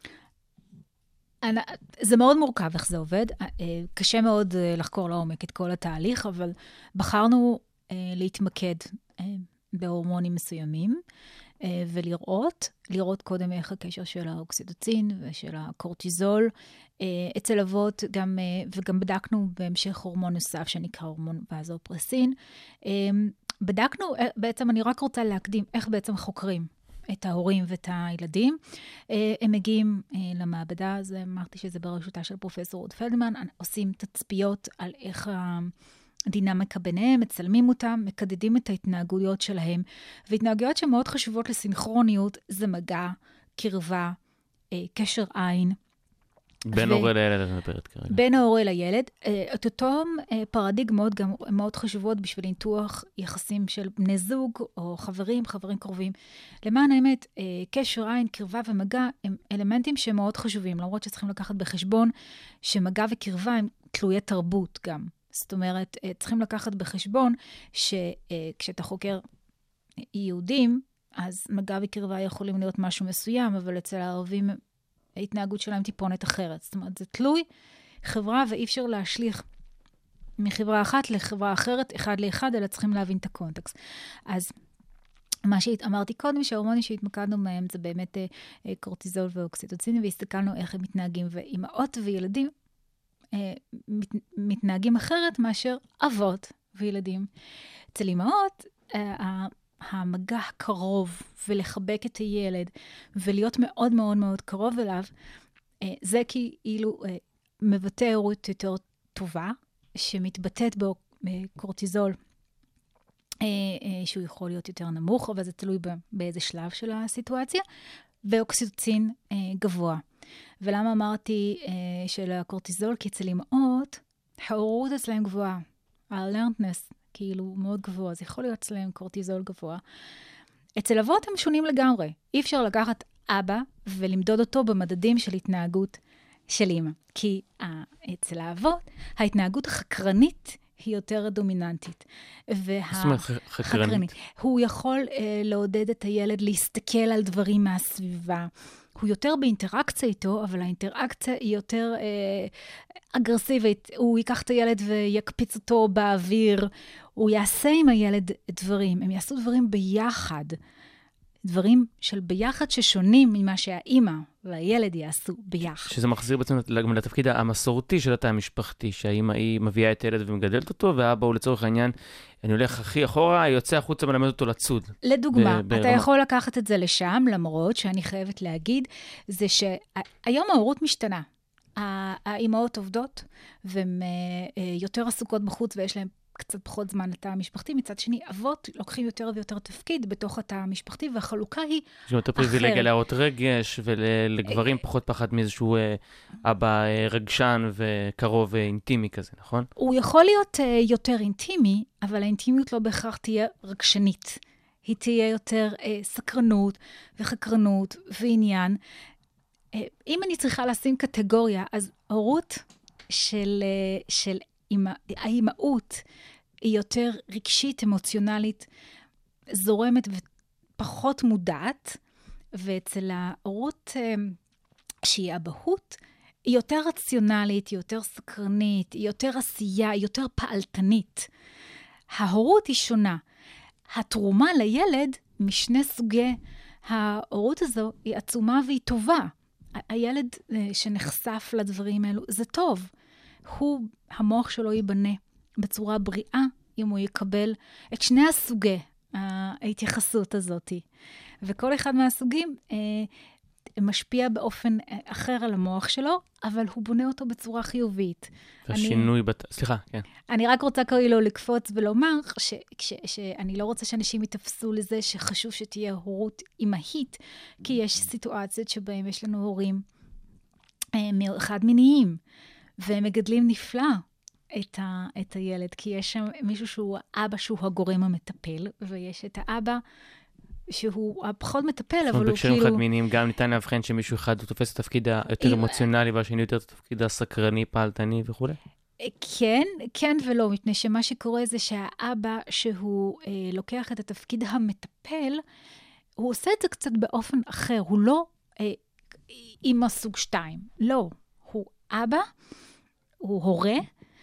זה מאוד מורכב איך זה עובד. קשה מאוד לחקור לעומק את כל התהליך, אבל בחרנו להתמקד בהורמונים מסוימים, ולראות, לראות קודם איך הקשר של האוקסיטוצין ושל הקורטיזול, אצל אבות גם, וגם בדקנו בהמשך הורמון נוסף שנקרא הורמון ואזופרסין. בדקנו, בעצם אני רק רוצה להקדים איך בעצם חוקרים את ההורים ואת הילדים. הם מגיעים למעבדה, אז אמרתי שזה בראשותה של פרופסור רות פלדמן, עושים תצפיות על איך הדינמיקה ביניהם, מצלמים אותם, מקדדים את ההתנהגויות שלהם, והתנהגויות שמאוד חשובות לסינכרוניות, זה מגע, קרבה, קשר עין. בין ההורה לילד את מדברת כרגע. בין ההורה לילד. את אותו פרדיגמות גם מאוד חשובות בשביל ניתוח יחסים של בני זוג או חברים, חברים קרובים. למען האמת, קשר עין, קרבה ומגע הם אלמנטים שמאוד חשובים, למרות שצריכים לקחת בחשבון שמגע וקרבה הם תלויי תרבות גם. זאת אומרת, צריכים לקחת בחשבון שכשאתה חוקר יהודים, אז מגע וקרבה יכולים להיות משהו מסוים, אבל אצל הערבים ההתנהגות שלהם טיפונת אחרת. זאת אומרת, זה תלוי חברה, ואי אפשר להשליך מחברה אחת לחברה אחרת, אחד לאחד, אלא צריכים להבין את הקונטקסט. אז מה שאמרתי קודם, שההורמונים שהתמקדנו מהם, זה באמת קורטיזול ואוקסיטוצין, והסתכלנו איך הם מתנהגים, ואימהות וילדים מת, מתנהגים אחרת מאשר אבות וילדים. אצל אימהות, המגע קרוב ולחבק את הילד ולהיות מאוד מאוד מאוד קרוב אליו, זה כאילו מבטא הורות יותר טובה, שמתבטאת בקורטיזול, שהוא יכול להיות יותר נמוך, אבל זה תלוי באיזה שלב של הסיטואציה, ואוקסיטוצין גבוה. ולמה אמרתי של הקורטיזול? כי אצל אימהות, ההורות אצלהם גבוהה. ה-alertness כאילו מאוד גבוה, אז יכול להיות אצלהם קורטיזול גבוה. אצל אבות הם שונים לגמרי. אי אפשר לקחת אבא ולמדוד אותו במדדים של התנהגות של אמא. כי אצל האבות, ההתנהגות החקרנית היא יותר דומיננטית. וה... זאת אומרת, חקרנית. הוא יכול אה, לעודד את הילד להסתכל על דברים מהסביבה. הוא יותר באינטראקציה איתו, אבל האינטראקציה היא יותר אה, אגרסיבית. הוא ייקח את הילד ויקפיץ אותו באוויר. הוא יעשה עם הילד דברים. הם יעשו דברים ביחד. דברים של ביחד ששונים ממה שהאימא והילד יעשו ביחד. שזה מחזיר בעצם גם לתפקיד המסורתי של התא המשפחתי, שהאימא היא מביאה את הילד ומגדלת אותו, והאבא הוא לצורך העניין, אני הולך הכי אחורה, יוצא החוצה ומלמד אותו לצוד. לדוגמה, ב- אתה יכול לקחת את זה לשם, למרות שאני חייבת להגיד, זה שהיום ההורות משתנה. האימהות עובדות, והן יותר עסוקות בחוץ, ויש להן קצת פחות זמן לתא המשפחתי. מצד שני, אבות לוקחים יותר ויותר תפקיד בתוך התא המשפחתי, והחלוקה היא אחרת. יש יותר פריבילגיה להראות רגש, ולגברים פחות פחד מאיזשהו אבא רגשן וקרוב אינטימי כזה, נכון? הוא יכול להיות יותר אינטימי, אבל האינטימיות לא בהכרח תהיה רגשנית. היא תהיה יותר סקרנות וחקרנות ועניין. אם אני צריכה לשים קטגוריה, אז הורות של, של האימהות היא יותר רגשית, אמוציונלית, זורמת ופחות מודעת, ואצל ההורות שהיא אבהות, היא יותר רציונלית, היא יותר סקרנית, היא יותר עשייה, היא יותר פעלתנית. ההורות היא שונה. התרומה לילד משני סוגי ההורות הזו היא עצומה והיא טובה. הילד שנחשף לדברים האלו, זה טוב. הוא, המוח שלו ייבנה בצורה בריאה, אם הוא יקבל את שני הסוגי ההתייחסות הזאת. וכל אחד מהסוגים אה, משפיע באופן אחר על המוח שלו, אבל הוא בונה אותו בצורה חיובית. השינוי, אני, בת... סליחה, כן. אני רק רוצה כאילו לקפוץ ולומר, ש, ש, שאני לא רוצה שאנשים יתפסו לזה שחשוב שתהיה הורות אימהית, כי יש סיטואציות שבהם יש לנו הורים אה, מאחד מיניים, והם מגדלים נפלא את, ה, את הילד, כי יש שם מישהו שהוא האבא שהוא הגורם המטפל, ויש את האבא שהוא הפחות מטפל, אבל הוא כאילו... בקשרים חד מיניים גם ניתן להבחן שמישהו אחד הוא תופס את התפקיד היותר אמוציונלי, והשני יותר את התפקיד הסקרני, פעלתני וכו'? כן, כן ולא, מפני שמה שקורה זה שהאבא שהוא אה, לוקח את התפקיד המטפל, הוא עושה את זה קצת באופן אחר, הוא לא אה, אימא סוג שתיים, לא, הוא אבא, הוא הורה,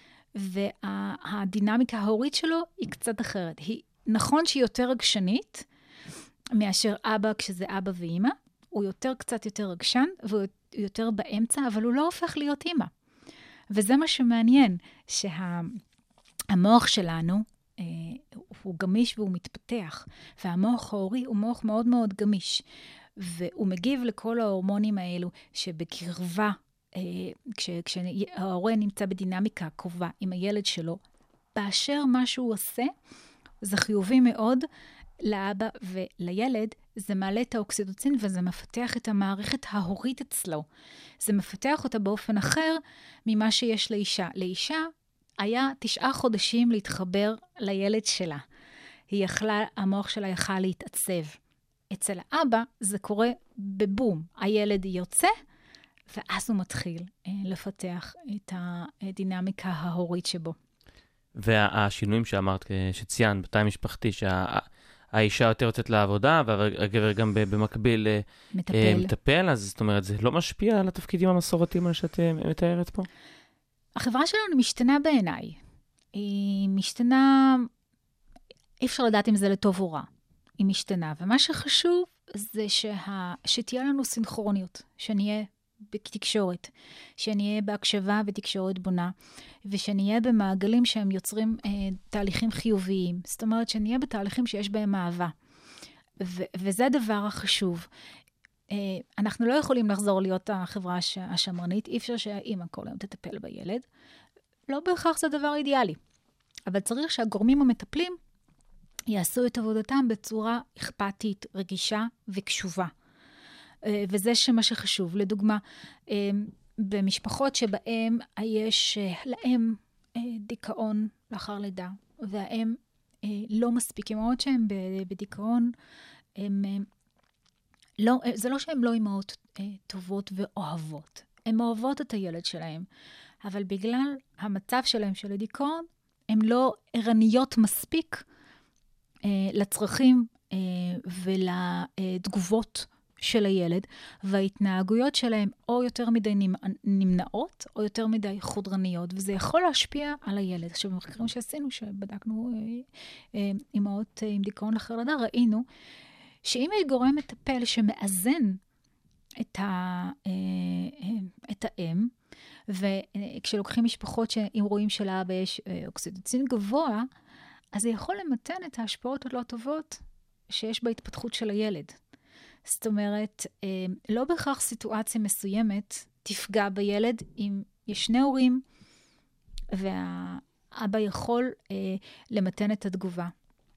והדינמיקה ההורית שלו היא קצת אחרת. היא, נכון שהיא יותר רגשנית, מאשר אבא כשזה אבא ואימא, הוא יותר קצת יותר רגשן, והוא יותר באמצע, אבל הוא לא הופך להיות אימא. וזה מה שמעניין, שהמוח שלנו, אה, הוא גמיש והוא מתפתח, והמוח ההורי הוא מוח מאוד מאוד גמיש, והוא מגיב לכל ההורמונים האלו, שבקרבה, כש, כשההורה נמצא בדינמיקה קרובה עם הילד שלו, באשר מה שהוא עושה, זה חיובי מאוד לאבא ולילד, זה מעלה את האוקסיטוצין וזה מפתח את המערכת ההורית אצלו. זה מפתח אותה באופן אחר ממה שיש לאישה. לאישה היה תשעה חודשים להתחבר לילד שלה. היא יכלה, המוח שלה יכל להתעצב. אצל האבא זה קורה בבום. הילד יוצא, ואז הוא מתחיל אה, לפתח את הדינמיקה ההורית שבו. והשינויים שאמרת, שציין, בתא המשפחתי, שהאישה יותר יוצאת לעבודה, והגבר גם במקביל מטפל. אה, מטפל, אז זאת אומרת, זה לא משפיע על התפקידים המסורתיים שאת מתארת פה? החברה שלנו משתנה בעיניי. היא משתנה, אי אפשר לדעת אם זה לטוב או רע. היא משתנה, ומה שחשוב זה שה... שתהיה לנו סינכרוניות, שנהיה בתקשורת, שנהיה בהקשבה ותקשורת בונה, ושנהיה במעגלים שהם יוצרים אה, תהליכים חיוביים. זאת אומרת, שנהיה בתהליכים שיש בהם אהבה. ו- וזה הדבר החשוב. אה, אנחנו לא יכולים לחזור להיות החברה הש- השמרנית, אי אפשר שהאמא כל היום תטפל בילד. לא בהכרח זה דבר אידיאלי. אבל צריך שהגורמים המטפלים יעשו את עבודתם בצורה אכפתית, רגישה וקשובה. וזה שמה שחשוב. לדוגמה, במשפחות שבהם יש להם דיכאון לאחר לידה, והאם לא מספיק, אמהות שהן בדיכאון, הם לא, זה לא שהן לא אמהות טובות ואוהבות. הן אוהבות את הילד שלהם, אבל בגלל המצב שלהם של הדיכאון, הן לא ערניות מספיק אה, לצרכים אה, ולתגובות של הילד, וההתנהגויות שלהם או יותר מדי נמנעות, או יותר מדי חודרניות, וזה יכול להשפיע על הילד. עכשיו, במחקרים שעשינו, שבדקנו אה, אה, אמהות אה, עם דיכאון לאחר לידה, ראינו שאם יש גורם מטפל שמאזן את, ה, אה, את האם, וכשלוקחים משפחות שעם רואים של האבא יש אוקסיטוצין גבוה, אז זה יכול למתן את ההשפעות הלא טובות שיש בהתפתחות של הילד. זאת אומרת, לא בהכרח סיטואציה מסוימת תפגע בילד אם יש שני הורים, והאבא יכול למתן את התגובה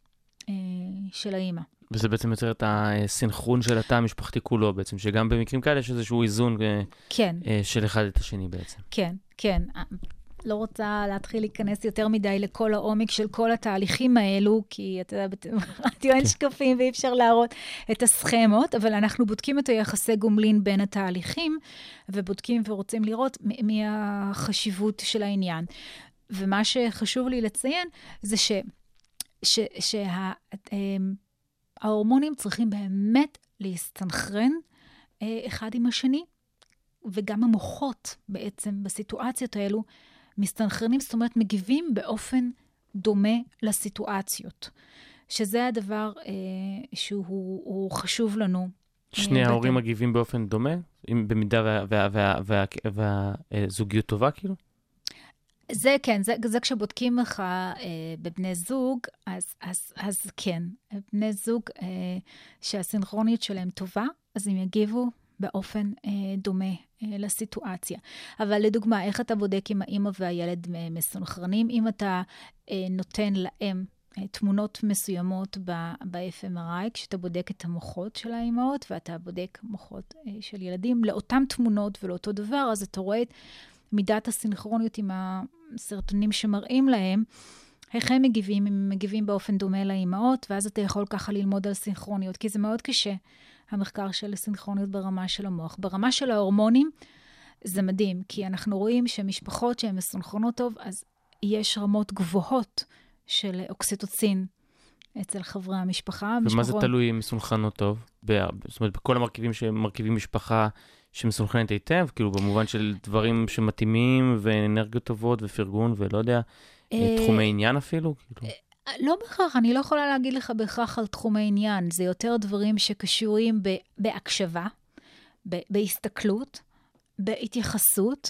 של האמא. וזה בעצם יוצר את הסינכרון של התא המשפחתי כולו בעצם, שגם במקרים כאלה יש איזשהו איזון כן. של אחד את השני בעצם. כן, כן. לא רוצה להתחיל להיכנס יותר מדי לכל העומק של כל התהליכים האלו, כי אתה יודע, ברדיו אין שקפים ואי אפשר להראות את הסכמות, אבל אנחנו בודקים את היחסי גומלין בין התהליכים, ובודקים ורוצים לראות מי החשיבות של העניין. ומה שחשוב לי לציין, זה ש... ש... שה... ההורמונים צריכים באמת להסתנכרן אחד עם השני, וגם המוחות בעצם בסיטואציות האלו מסתנכרנים, זאת אומרת מגיבים באופן דומה לסיטואציות, שזה הדבר אה, שהוא חשוב לנו. שני אה, ההורים בתם. מגיבים באופן דומה? אם במידה והזוגיות טובה כאילו? זה כן, זה, זה כשבודקים לך אה, בבני זוג, אז, אז, אז כן, בני זוג אה, שהסינכרוניות שלהם טובה, אז הם יגיבו באופן אה, דומה אה, לסיטואציה. אבל לדוגמה, איך אתה בודק אם האמא והילד מסונכרנים? אם אתה אה, נותן להם אה, תמונות מסוימות ב-אף אם אר איי, כשאתה בודק את המוחות של האמהות, ואתה בודק מוחות אה, של ילדים, לאותם תמונות ולאותו דבר, אז אתה רואה את מידת הסינכרוניות עם הסרטונים שמראים להם, איך הם מגיבים, הם מגיבים באופן דומה לאמהות, ואז אתה יכול ככה ללמוד על סינכרוניות, כי זה מאוד קשה, המחקר של סינכרוניות ברמה של המוח. ברמה של ההורמונים, זה מדהים, כי אנחנו רואים שמשפחות שהן מסונכרנות טוב, אז יש רמות גבוהות של אוקסיטוצין אצל חברי המשפחה. ומה משפחות... זה תלוי מסונכרנות טוב? ב... זאת אומרת, בכל המרכיבים שמרכיבים משפחה, שמסונכרנת היטב, כאילו במובן של דברים שמתאימים, ואנרגיות טובות, ופרגון, ולא יודע, תחומי עניין אפילו? לא בהכרח, אני לא יכולה להגיד לך בהכרח על תחומי עניין, זה יותר דברים שקשורים בהקשבה, בהסתכלות, בהתייחסות,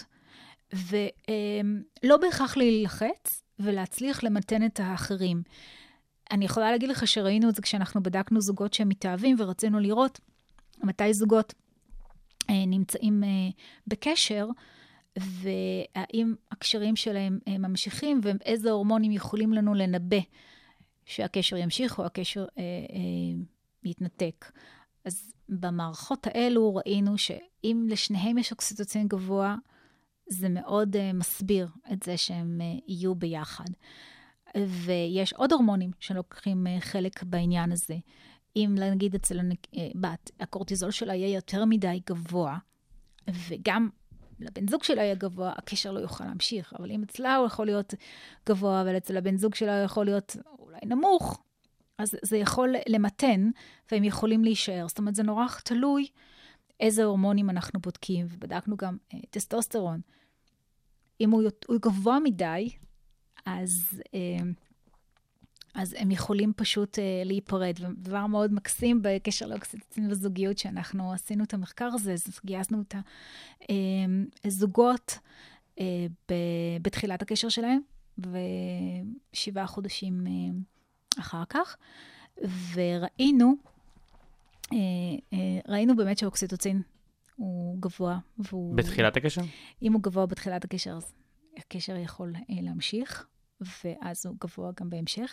ולא בהכרח להילחץ, ולהצליח למתן את האחרים. אני יכולה להגיד לך שראינו את זה כשאנחנו בדקנו זוגות שהם מתאהבים, ורצינו לראות מתי זוגות נמצאים בקשר, והאם הקשרים שלהם ממשיכים, ואיזה הורמונים יכולים לנו לנבא שהקשר ימשיך, או הקשר אה, אה, יתנתק. אז במערכות האלו ראינו שאם לשניהם יש אוקסיטוצין גבוה, זה מאוד אה, מסביר את זה שהם אה, יהיו ביחד. ויש עוד הורמונים שלוקחים אה, חלק בעניין הזה. אם נגיד אצל הבת, הקורטיזול שלה יהיה יותר מדי גבוה, וגם לבן זוג שלה יהיה גבוה, הקשר לא יוכל להמשיך. אבל אם אצלה הוא יכול להיות גבוה, אבל אצל הבן זוג שלה הוא יכול להיות אולי נמוך, אז זה יכול למתן, והם יכולים להישאר. זאת אומרת, זה נורא תלוי איזה הורמונים אנחנו בודקים, ובדקנו גם אה, טסטוסטרון. אם הוא, הוא גבוה מדי, אז... אה, אז הם יכולים פשוט uh, להיפרד. ודבר מאוד מקסים בקשר לאוקסיטוצין וזוגיות, שאנחנו עשינו את המחקר הזה, אז גייסנו את הזוגות uh, ב- בתחילת הקשר שלהם, ושבעה חודשים uh, אחר כך, וראינו, uh, uh, ראינו באמת שהאוקסיטוצין הוא גבוה. והוא, בתחילת הקשר? אם הוא גבוה בתחילת הקשר, אז הקשר יכול uh, להמשיך. ואז הוא גבוה גם בהמשך,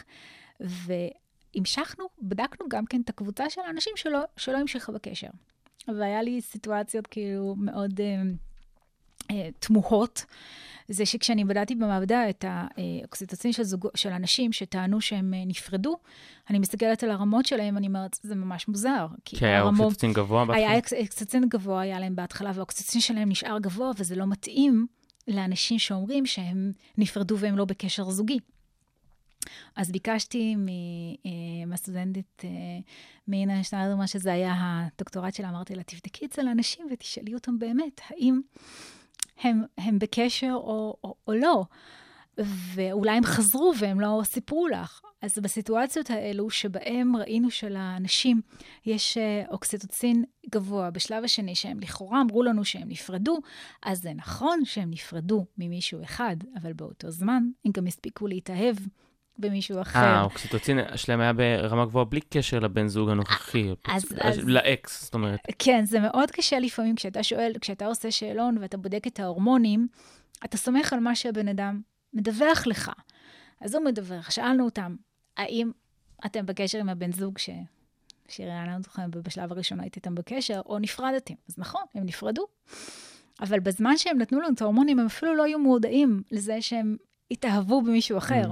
והמשכנו, בדקנו גם כן את הקבוצה של האנשים שלא, שלא המשיכה בקשר. והיה לי סיטואציות כאילו מאוד אה, אה, תמוהות, זה שכשאני בדעתי במעבדה את האוקסיטוצין של, זוג, של אנשים שטענו שהם נפרדו, אני מסתכלת על הרמות שלהם, אני אומרת, זה ממש מוזר. כי, כי היה אוקסיטוצין גבוה בהתחלה? היה אוקסיטוצין גבוה, היה להם בהתחלה, והאוקסיטוצין שלהם נשאר גבוה, וזה לא מתאים לאנשים שאומרים שהם נפרדו והם לא בקשר זוגי. אז ביקשתי מהסטודנטית מינה שניידרמן, שזה היה הדוקטורט שלה, אמרתי לה, תבדקי אצל האנשים ותשאלי אותם באמת, האם הם, הם בקשר או, או, או לא. ואולי הם חזרו והם לא סיפרו לך. אז בסיטואציות האלו שבהם ראינו שלאנשים יש אוקסיטוצין גבוה בשלב השני, שהם לכאורה אמרו לנו שהם נפרדו, אז זה נכון שהם נפרדו ממישהו אחד, אבל באותו זמן הם גם הספיקו להתאהב במישהו אחר. אה, האוקסיטוצין שלהם היה ברמה גבוהה בלי קשר לבן זוג הנוכחי, אז, אז, לאקס, זאת אומרת. כן, זה מאוד קשה לפעמים כשאתה שואל, כשאתה עושה שאלון ואתה בודק את ההורמונים, אתה סומך על מה שהבן אדם מדווח לך. אז הוא מדווח, שאלנו אותם, האם אתם בקשר עם הבן זוג ש... שראיינו אתכם בשלב הראשון הייתי איתם בקשר, או נפרדתם? אז נכון, הם נפרדו. אבל בזמן שהם נתנו לנו את ההורמונים, הם אפילו לא היו מודעים לזה שהם התאהבו במישהו אחר.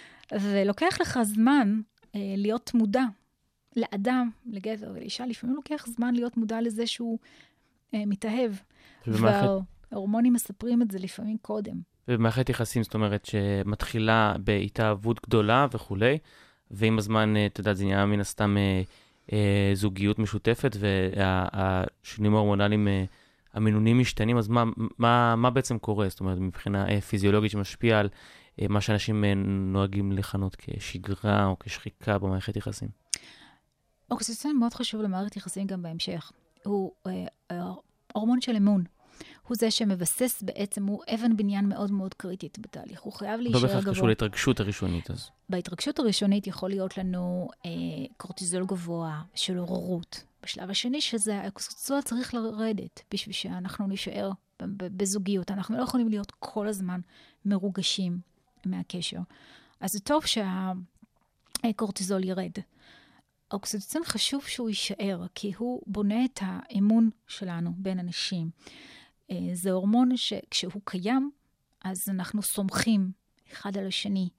ולוקח לך זמן אה, להיות מודע לאדם, לגבר ולאישה, לפעמים לוקח זמן להיות מודע לזה שהוא אה, מתאהב. וההורמונים מספרים את זה לפעמים קודם. ובמערכת יחסים, זאת אומרת, שמתחילה בהתאהבות גדולה וכולי, ועם הזמן, אתה יודע, זה נהיה מן הסתם אה, אה, זוגיות משותפת, והשינויים ההורמונליים, אה, המינונים משתנים, אז מה, מה, מה בעצם קורה? זאת אומרת, מבחינה אה, פיזיולוגית שמשפיעה על אה, מה שאנשים אה, נוהגים לכנות כשגרה או כשחיקה במערכת יחסים? אוקסיטוצין מאוד חשוב למערכת יחסים גם בהמשך. הוא אה, אה, הורמון של אמון. הוא זה שמבסס בעצם, הוא אבן בניין מאוד מאוד קריטית בתהליך. הוא חייב להישאר גבוה. לא בכך קשור להתרגשות הראשונית אז. בהתרגשות הראשונית יכול להיות לנו אה, קורטיזול גבוה של עוררות. בשלב השני שזה, הקורטיזול צריך לרדת בשביל שאנחנו נשאר בזוגיות. אנחנו לא יכולים להיות כל הזמן מרוגשים מהקשר. אז זה טוב שהקורטיזול ירד. האוקסיטוצין חשוב שהוא יישאר, כי הוא בונה את האמון שלנו בין אנשים. זה הורמון שכשהוא קיים, אז אנחנו סומכים אחד על השני.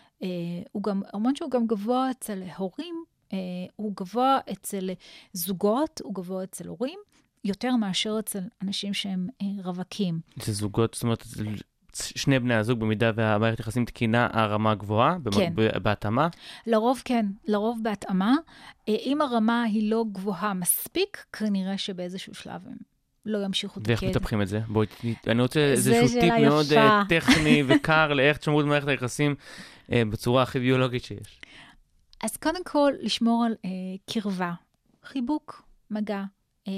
הוא גם, הורמון שהוא גם גבוה אצל הורים, הוא גבוה אצל זוגות, הוא גבוה אצל הורים, יותר מאשר אצל אנשים שהם רווקים. זה זוגות, זאת אומרת, שני בני הזוג, במידה והמערכת יחסים תקינה, הרמה גבוהה, כן. בהתאמה? לרוב כן, לרוב בהתאמה. אם הרמה היא לא גבוהה מספיק, כנראה שבאיזשהו שלב הם לא ימשיכו תקד. ואיך מטפחים את זה? בואי, אני רוצה איזשהו טיפ מאוד טכני וקר לאיך תשמרו את מערכת היחסים בצורה הכי ביולוגית שיש. אז קודם כל, לשמור על אה, קרבה, חיבוק, מגע, אה,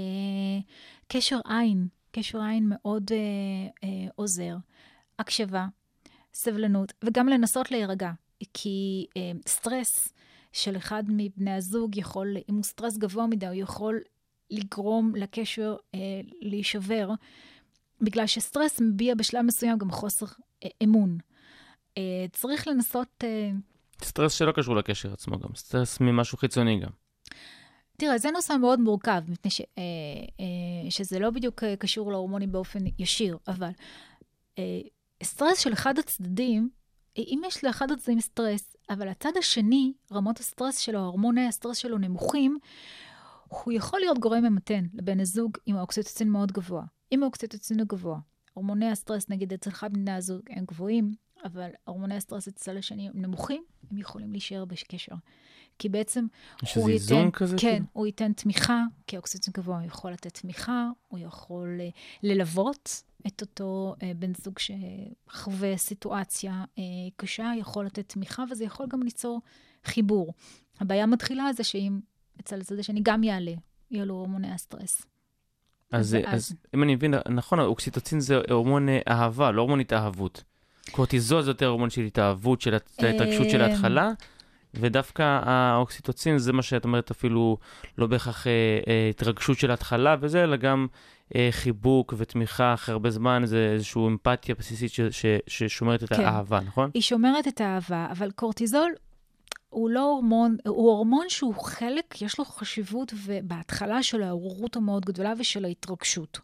קשר עין, קשר עין מאוד אה, אה, עוזר, הקשבה, סבלנות, וגם לנסות להירגע, כי אה, סטרס של אחד מבני הזוג יכול, אם הוא סטרס גבוה מדי, הוא יכול לגרום לקשר אה, להישבר, בגלל שסטרס מביע בשלב מסוים גם חוסר אה, אמון. אה, צריך לנסות... אה, סטרס שלא קשור לקשר עצמו גם, סטרס ממשהו חיצוני גם. תראה, זה נושא מאוד מורכב, מפני ש, אה, אה, שזה לא בדיוק קשור להורמונים באופן ישיר, אבל אה, סטרס של אחד הצדדים, אם יש לאחד הצדדים סטרס, אבל הצד השני, רמות הסטרס שלו, הורמוני הסטרס שלו נמוכים, הוא יכול להיות גורם ממתן לבן הזוג עם האוקסיטוצין מאוד גבוה. אם האוקסיטוצין הוא גבוה, הורמוני הסטרס נגיד אצל אחד מבני הזוג הם גבוהים, אבל הורמוני הסטרס אצל השני הם נמוכים, הם יכולים להישאר בקשר. כי בעצם הוא ייתן, כזה כן, כאילו? הוא ייתן תמיכה, כי האוקסיטוצין גבוה הוא יכול לתת תמיכה, הוא יכול uh, ללוות את אותו uh, בן זוג שחווה סיטואציה uh, קשה, יכול לתת תמיכה, וזה יכול גם ליצור חיבור. הבעיה מתחילה זה שאם אצל הצד השני גם יעלה, יעלו הורמוני הסטרס. אז, אז, אז אם אני מבין, נכון, האוקסיטוצין זה הורמון אהבה, לא הורמון התאהבות. קורטיזול זה יותר הורמון של התאהבות, של ההתרגשות של ההתחלה, ודווקא האוקסיטוצין זה מה שאת אומרת אפילו לא בהכרח אה, אה, התרגשות של ההתחלה וזה, אלא גם אה, חיבוק ותמיכה אחרי הרבה זמן, זה איזושהי אמפתיה בסיסית ש, ש, ששומרת את כן. האהבה, נכון? היא שומרת את האהבה, אבל קורטיזול הוא לא הורמון, הוא הורמון שהוא חלק, יש לו חשיבות בהתחלה של העוררות המאוד גדולה ושל ההתרגשות.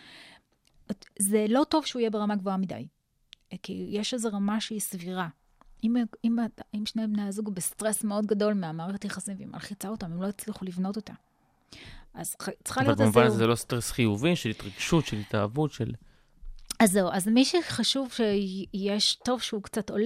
זה לא טוב שהוא יהיה ברמה גבוהה מדי, כי יש איזו רמה שהיא סבירה. אם, אם, אם שני בני הזוג בסטרס מאוד גדול מהמערכת יחסים, והיא מלחיצה אותם, הם לא הצליחו לבנות אותה. אז צריכה להיות... אבל במובן זה לא סטרס חיובי, של התרגשות, של התאהבות, של... אז זהו, אז מי שחשוב שיש טוב שהוא קצת עולה,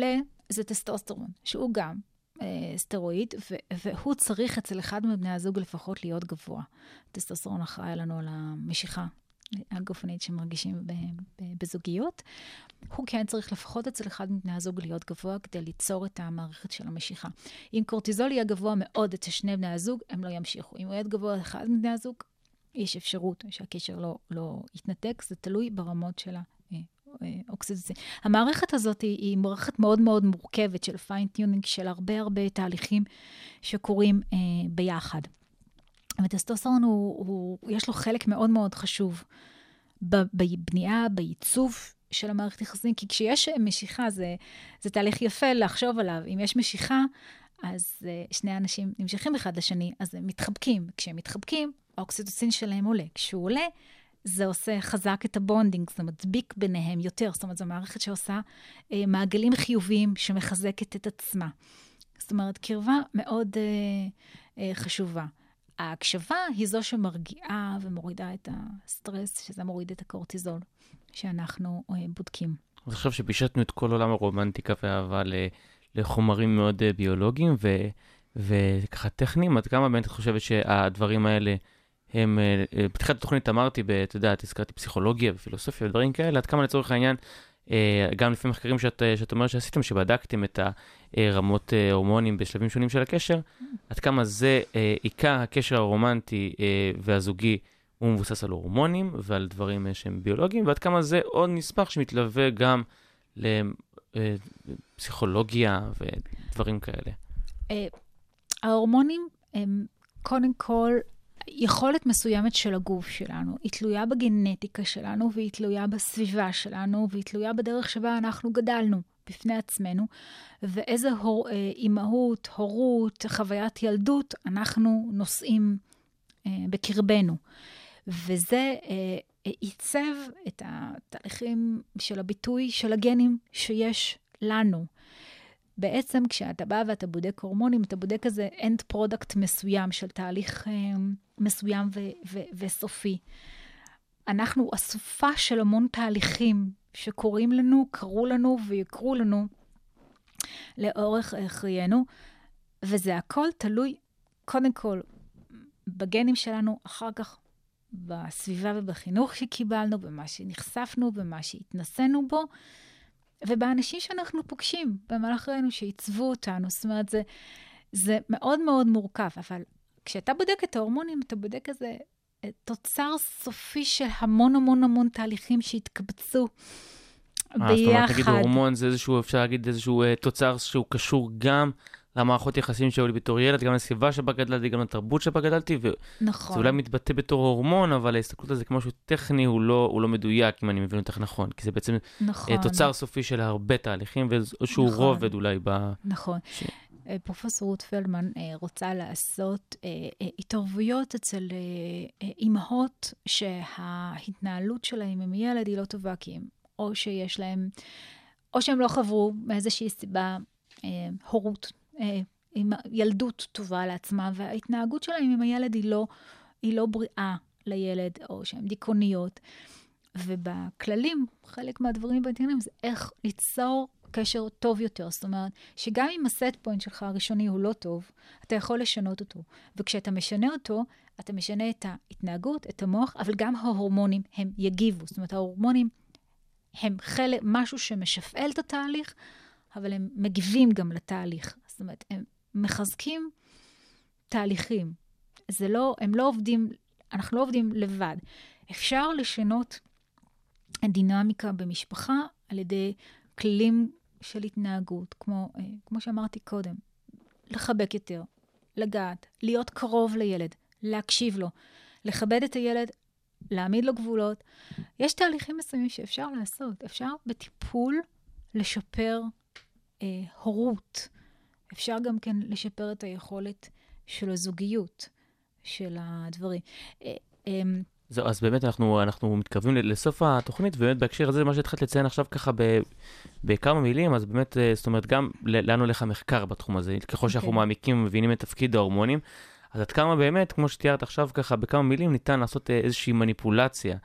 זה טסטוסטרון, שהוא גם אה, סטרואיד, ו- והוא צריך אצל אחד מבני הזוג לפחות להיות גבוה. טסטוסטרון אחראי לנו על המשיכה הגופנית שמרגישים ב- ב- בזוגיות. הוא כן צריך לפחות אצל אחד מבני הזוג להיות גבוה כדי ליצור את המערכת של המשיכה. אם קורטיזול יהיה גבוה מאוד אצל שני בני הזוג, הם לא ימשיכו. אם הוא יהיה גבוה אחד מבני הזוג, יש אפשרות שהקשר לא, לא יתנתק, זה תלוי ברמות של האוקסיטוצין. המערכת הזאת היא, היא מערכת מאוד מאוד מורכבת של פיין-טיונינג, של הרבה הרבה תהליכים שקורים אה, ביחד. וטסטוסטרון הוא, הוא, יש לו חלק מאוד מאוד חשוב בבנייה, בעיצוב של המערכת יחסים, כי כשיש משיכה, זה, זה תהליך יפה לחשוב עליו. אם יש משיכה, אז uh, שני אנשים נמשכים אחד לשני, אז הם מתחבקים. כשהם מתחבקים, האוקסיטוצין שלהם עולה. כשהוא עולה, זה עושה חזק את הבונדינג, זה מדביק ביניהם יותר. זאת אומרת, זו מערכת שעושה uh, מעגלים חיוביים שמחזקת את עצמה. זאת אומרת, קרבה מאוד uh, uh, חשובה. ההקשבה היא זו שמרגיעה ומורידה את הסטרס, שזה מוריד את הקורטיזול שאנחנו uh, בודקים. אני חושב שפישטנו את כל עולם הרומנטיקה והאהבה ל... לחומרים מאוד uh, ביולוגיים ו... וככה טכניים. עד כמה באמת את חושבת שהדברים האלה הם, uh, בתחילת התוכנית אמרתי, אתה יודע, הזכרתי פסיכולוגיה ופילוסופיה ודברים כאלה, עד כמה לצורך העניין, uh, גם לפי מחקרים שאת, שאת אומרת שעשיתם, שבדקתם את הרמות uh, הורמונים בשלבים שונים של הקשר, עד כמה זה uh, עיקר הקשר הרומנטי uh, והזוגי, הוא מבוסס על הורמונים ועל דברים uh, שהם ביולוגיים, ועד כמה זה עוד נספח שמתלווה גם לפסיכולוגיה ודברים כאלה. ההורמונים הם קודם כל יכולת מסוימת של הגוף שלנו. היא תלויה בגנטיקה שלנו, והיא תלויה בסביבה שלנו, והיא תלויה בדרך שבה אנחנו גדלנו בפני עצמנו, ואיזה הור, אימהות, הורות, חוויית ילדות אנחנו נושאים בקרבנו. וזה ייצב את התהליכים של הביטוי של הגנים שיש לנו. בעצם כשאתה בא ואתה בודק הורמונים, אתה בודק איזה end product מסוים של תהליך מסוים ו- ו- וסופי. אנחנו אסופה של המון תהליכים שקורים לנו, קרו לנו ויקרו לנו לאורך חיינו, וזה הכל תלוי קודם כל בגנים שלנו, אחר כך בסביבה ובחינוך שקיבלנו, במה שנחשפנו, במה שהתנסינו בו, ובאנשים שאנחנו פוגשים במהלך חיינו, שעיצבו אותנו. זאת אומרת, זה, זה מאוד מאוד מורכב, אבל כשאתה בודק את ההורמונים, אתה בודק איזה תוצר סופי של המון המון המון תהליכים שהתקבצו ביחד. זאת אומרת, נגיד הורמון זה איזשהו, אפשר להגיד איזשהו תוצר שהוא קשור גם למערכות יחסים שהיו לי בתור ילד, גם לסביבה שבה גדלתי, גם לתרבות שבה גדלתי, נכון. זה אולי מתבטא בתור הורמון, אבל ההסתכלות הזה כמו שהוא טכני, הוא לא, הוא לא מדויק, אם אני מבין אותך נכון, כי זה בעצם נכון. תוצר סופי של הרבה תהליכים, ואיזשהו נכון. רובד אולי ב... נכון. ש... פרופסור רות פלדמן רוצה לעשות התערבויות אצל אימהות שההתנהלות שלהם עם ילד היא לא טובה, כי הם או שיש להם, או שהם לא חברו מאיזושהי סיבה הורות, עם ילדות טובה לעצמה, וההתנהגות שלהם עם הילד היא לא, היא לא בריאה לילד, או שהן דיכאוניות. ובכללים, חלק מהדברים בעניינים זה איך ליצור קשר טוב יותר. זאת אומרת, שגם אם הסט פוינט שלך הראשוני הוא לא טוב, אתה יכול לשנות אותו. וכשאתה משנה אותו, אתה משנה את ההתנהגות, את המוח, אבל גם ההורמונים הם יגיבו. זאת אומרת, ההורמונים הם חלק, משהו שמשפעל את התהליך, אבל הם מגיבים גם לתהליך. זאת אומרת, הם מחזקים תהליכים. זה לא, הם לא עובדים, אנחנו לא עובדים לבד. אפשר לשנות דינמיקה במשפחה על ידי כלים של התנהגות, כמו, כמו שאמרתי קודם, לחבק יותר, לגעת, להיות קרוב לילד, להקשיב לו, לכבד את הילד, להעמיד לו גבולות. יש תהליכים מסוימים שאפשר לעשות. אפשר בטיפול לשפר אה, הורות. אפשר גם כן לשפר את היכולת של הזוגיות, של הדברים. אה, אה, זהו, אז באמת אנחנו, אנחנו מתקרבים לסוף התוכנית, ובאמת בהקשר הזה, מה שהתחלת לציין עכשיו ככה ב, בכמה מילים, אז באמת, זאת אומרת, גם לאן הולך המחקר בתחום הזה, ככל שאנחנו okay. מעמיקים ומבינים את תפקיד ההורמונים, אז עד כמה באמת, כמו שתיארת עכשיו ככה בכמה מילים, ניתן לעשות איזושהי מניפולציה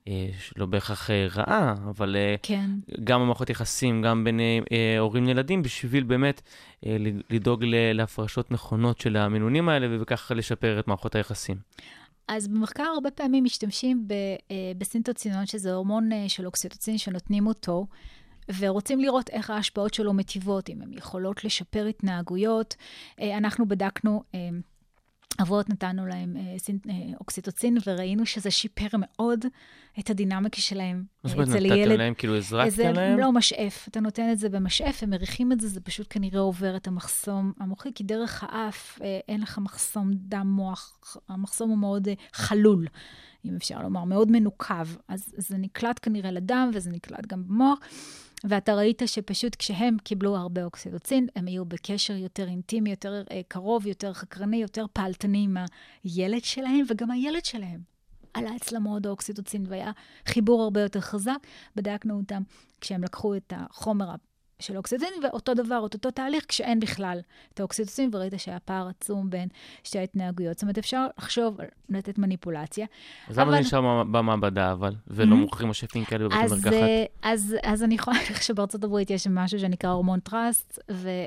לא בהכרח רעה, אבל כן. גם במערכות יחסים, גם בין הורים לילדים, בשביל באמת לדאוג להפרשות נכונות של המינונים האלה, ובכך לשפר את מערכות היחסים. אז במחקר הרבה פעמים משתמשים בסינטוצינון, שזה הורמון של אוקסיטוצין שנותנים אותו, ורוצים לראות איך ההשפעות שלו מטיבות, אם הן יכולות לשפר התנהגויות. אנחנו בדקנו, אבות נתנו להם אוקסיטוצין, וראינו שזה שיפר מאוד את הדינמיקה שלהם. מה זאת אומרת, נתתם להם כאילו הזרקתם להם? לא משאף. אתה נותן את זה במשאף, הם מריחים את זה, זה פשוט כנראה עובר את המחסום המוחי, כי דרך האף אין לך מחסום דם מוח, המחסום הוא מאוד חלול, אם אפשר לומר, מאוד מנוקב. אז זה נקלט כנראה לדם, וזה נקלט גם במוח. ואתה ראית שפשוט כשהם קיבלו הרבה אוקסיטוצין, הם היו בקשר יותר אינטימי, יותר קרוב, יותר חקרני, יותר פעלתני עם הילד שלהם, וגם הילד שלהם עלה אצלם מאוד האוקסיטוצין, והיה חיבור הרבה יותר חזק. בדקנו אותם כשהם לקחו את החומר של אוקסיטוצין, ואותו דבר, אותו תהליך, כשאין בכלל את האוקסיטוצין, וראית שהיה פער עצום בין שתי ההתנהגויות. זאת אומרת, אפשר לחשוב, לתת מניפולציה. אז למה נשאר במעבדה, אבל, ולא מוכרים משאפים כאלה בבתי מרקחת? אז אני יכולה להגיד שבארצות הברית יש משהו שנקרא הורמון טראסט,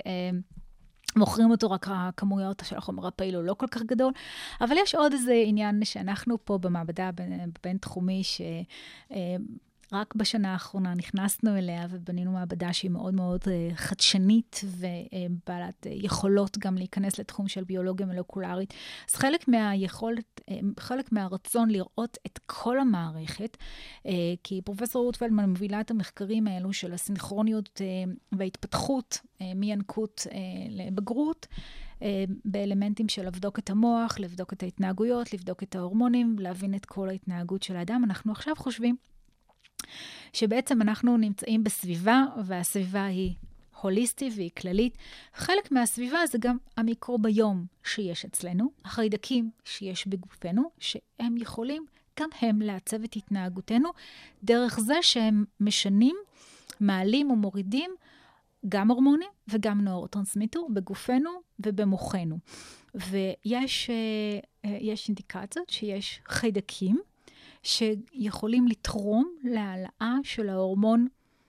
ומוכרים אותו רק הכמויות של החומר הפעיל הוא לא כל כך גדול, אבל יש עוד איזה עניין שאנחנו פה במעבדה בין תחומי, ש... רק בשנה האחרונה נכנסנו אליה ובנינו מעבדה שהיא מאוד מאוד חדשנית ובעלת יכולות גם להיכנס לתחום של ביולוגיה מולקולרית. אז חלק מהיכולת, חלק מהרצון לראות את כל המערכת, כי פרופסור רות פלדמן מובילה את המחקרים האלו של הסינכרוניות וההתפתחות מינקות לבגרות, באלמנטים של לבדוק את המוח, לבדוק את ההתנהגויות, לבדוק את ההורמונים, להבין את כל ההתנהגות של האדם. אנחנו עכשיו חושבים שבעצם אנחנו נמצאים בסביבה, והסביבה היא הוליסטית והיא כללית. חלק מהסביבה זה גם המיקרוביום שיש אצלנו, החיידקים שיש בגופנו, שהם יכולים גם הם לעצב את התנהגותנו, דרך זה שהם משנים, מעלים ומורידים גם הורמונים וגם נוירוטרנסמיטר בגופנו ובמוחנו. ויש יש אינדיקציות שיש חיידקים, שיכולים לתרום להעלאה של ההורמון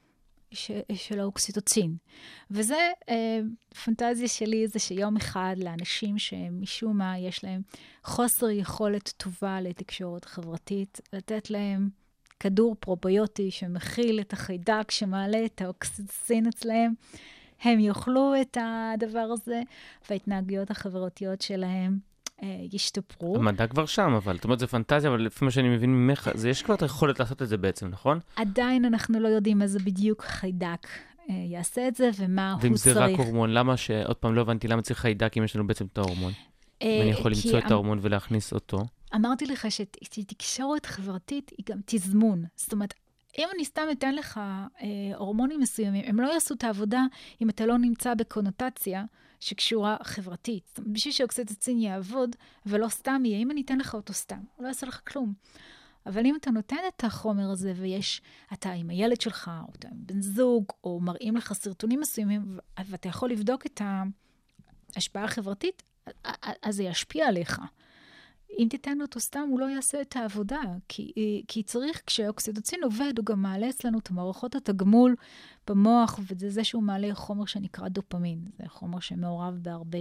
ש, של האוקסיטוצין. וזה, אה, פנטזיה שלי זה שיום אחד לאנשים שמשום מה יש להם חוסר יכולת טובה לתקשורת חברתית, לתת להם כדור פרוביוטי שמכיל את החיידק שמעלה את האוקסיטוצין אצלהם, הם יאכלו את הדבר הזה, וההתנהגויות החברתיות שלהם ישתפרו. המדע כבר שם, אבל זאת אומרת, זה פנטזיה, אבל לפי מה שאני מבין ממך, זה יש כבר את היכולת לעשות את זה בעצם, נכון? עדיין אנחנו לא יודעים איזה בדיוק חיידק יעשה את זה, ומה הוא צריך. ואם זה רק הורמון, למה שעוד פעם לא הבנתי, למה צריך חיידק אם יש לנו בעצם את ההורמון? ואני יכול למצוא את ההורמון ולהכניס אותו. אמרתי לך שתקשורת חברתית היא גם תזמון. זאת אומרת, אם אני סתם אתן לך אה, הורמונים מסוימים, הם לא יעשו את העבודה אם אתה לא נמצא בקונוטציה שקשורה חברתית. זאת אומרת, בשביל שאוקסיטוצין יעבוד, ולא סתם יהיה, אם אני אתן לך אותו סתם, הוא לא יעשה לך כלום. אבל אם אתה נותן את החומר הזה, ויש, אתה עם הילד שלך, או אתה עם בן זוג, או מראים לך סרטונים מסוימים, ואתה יכול לבדוק את ההשפעה החברתית, אז זה ישפיע עליך. אם תיתן אותו סתם, הוא לא יעשה את העבודה, כי, כי צריך, כשאוקסיטוצין עובד, הוא גם מעלה אצלנו את מערכות התגמול במוח, וזה זה שהוא מעלה חומר שנקרא דופמין. זה חומר שמעורב בהרבה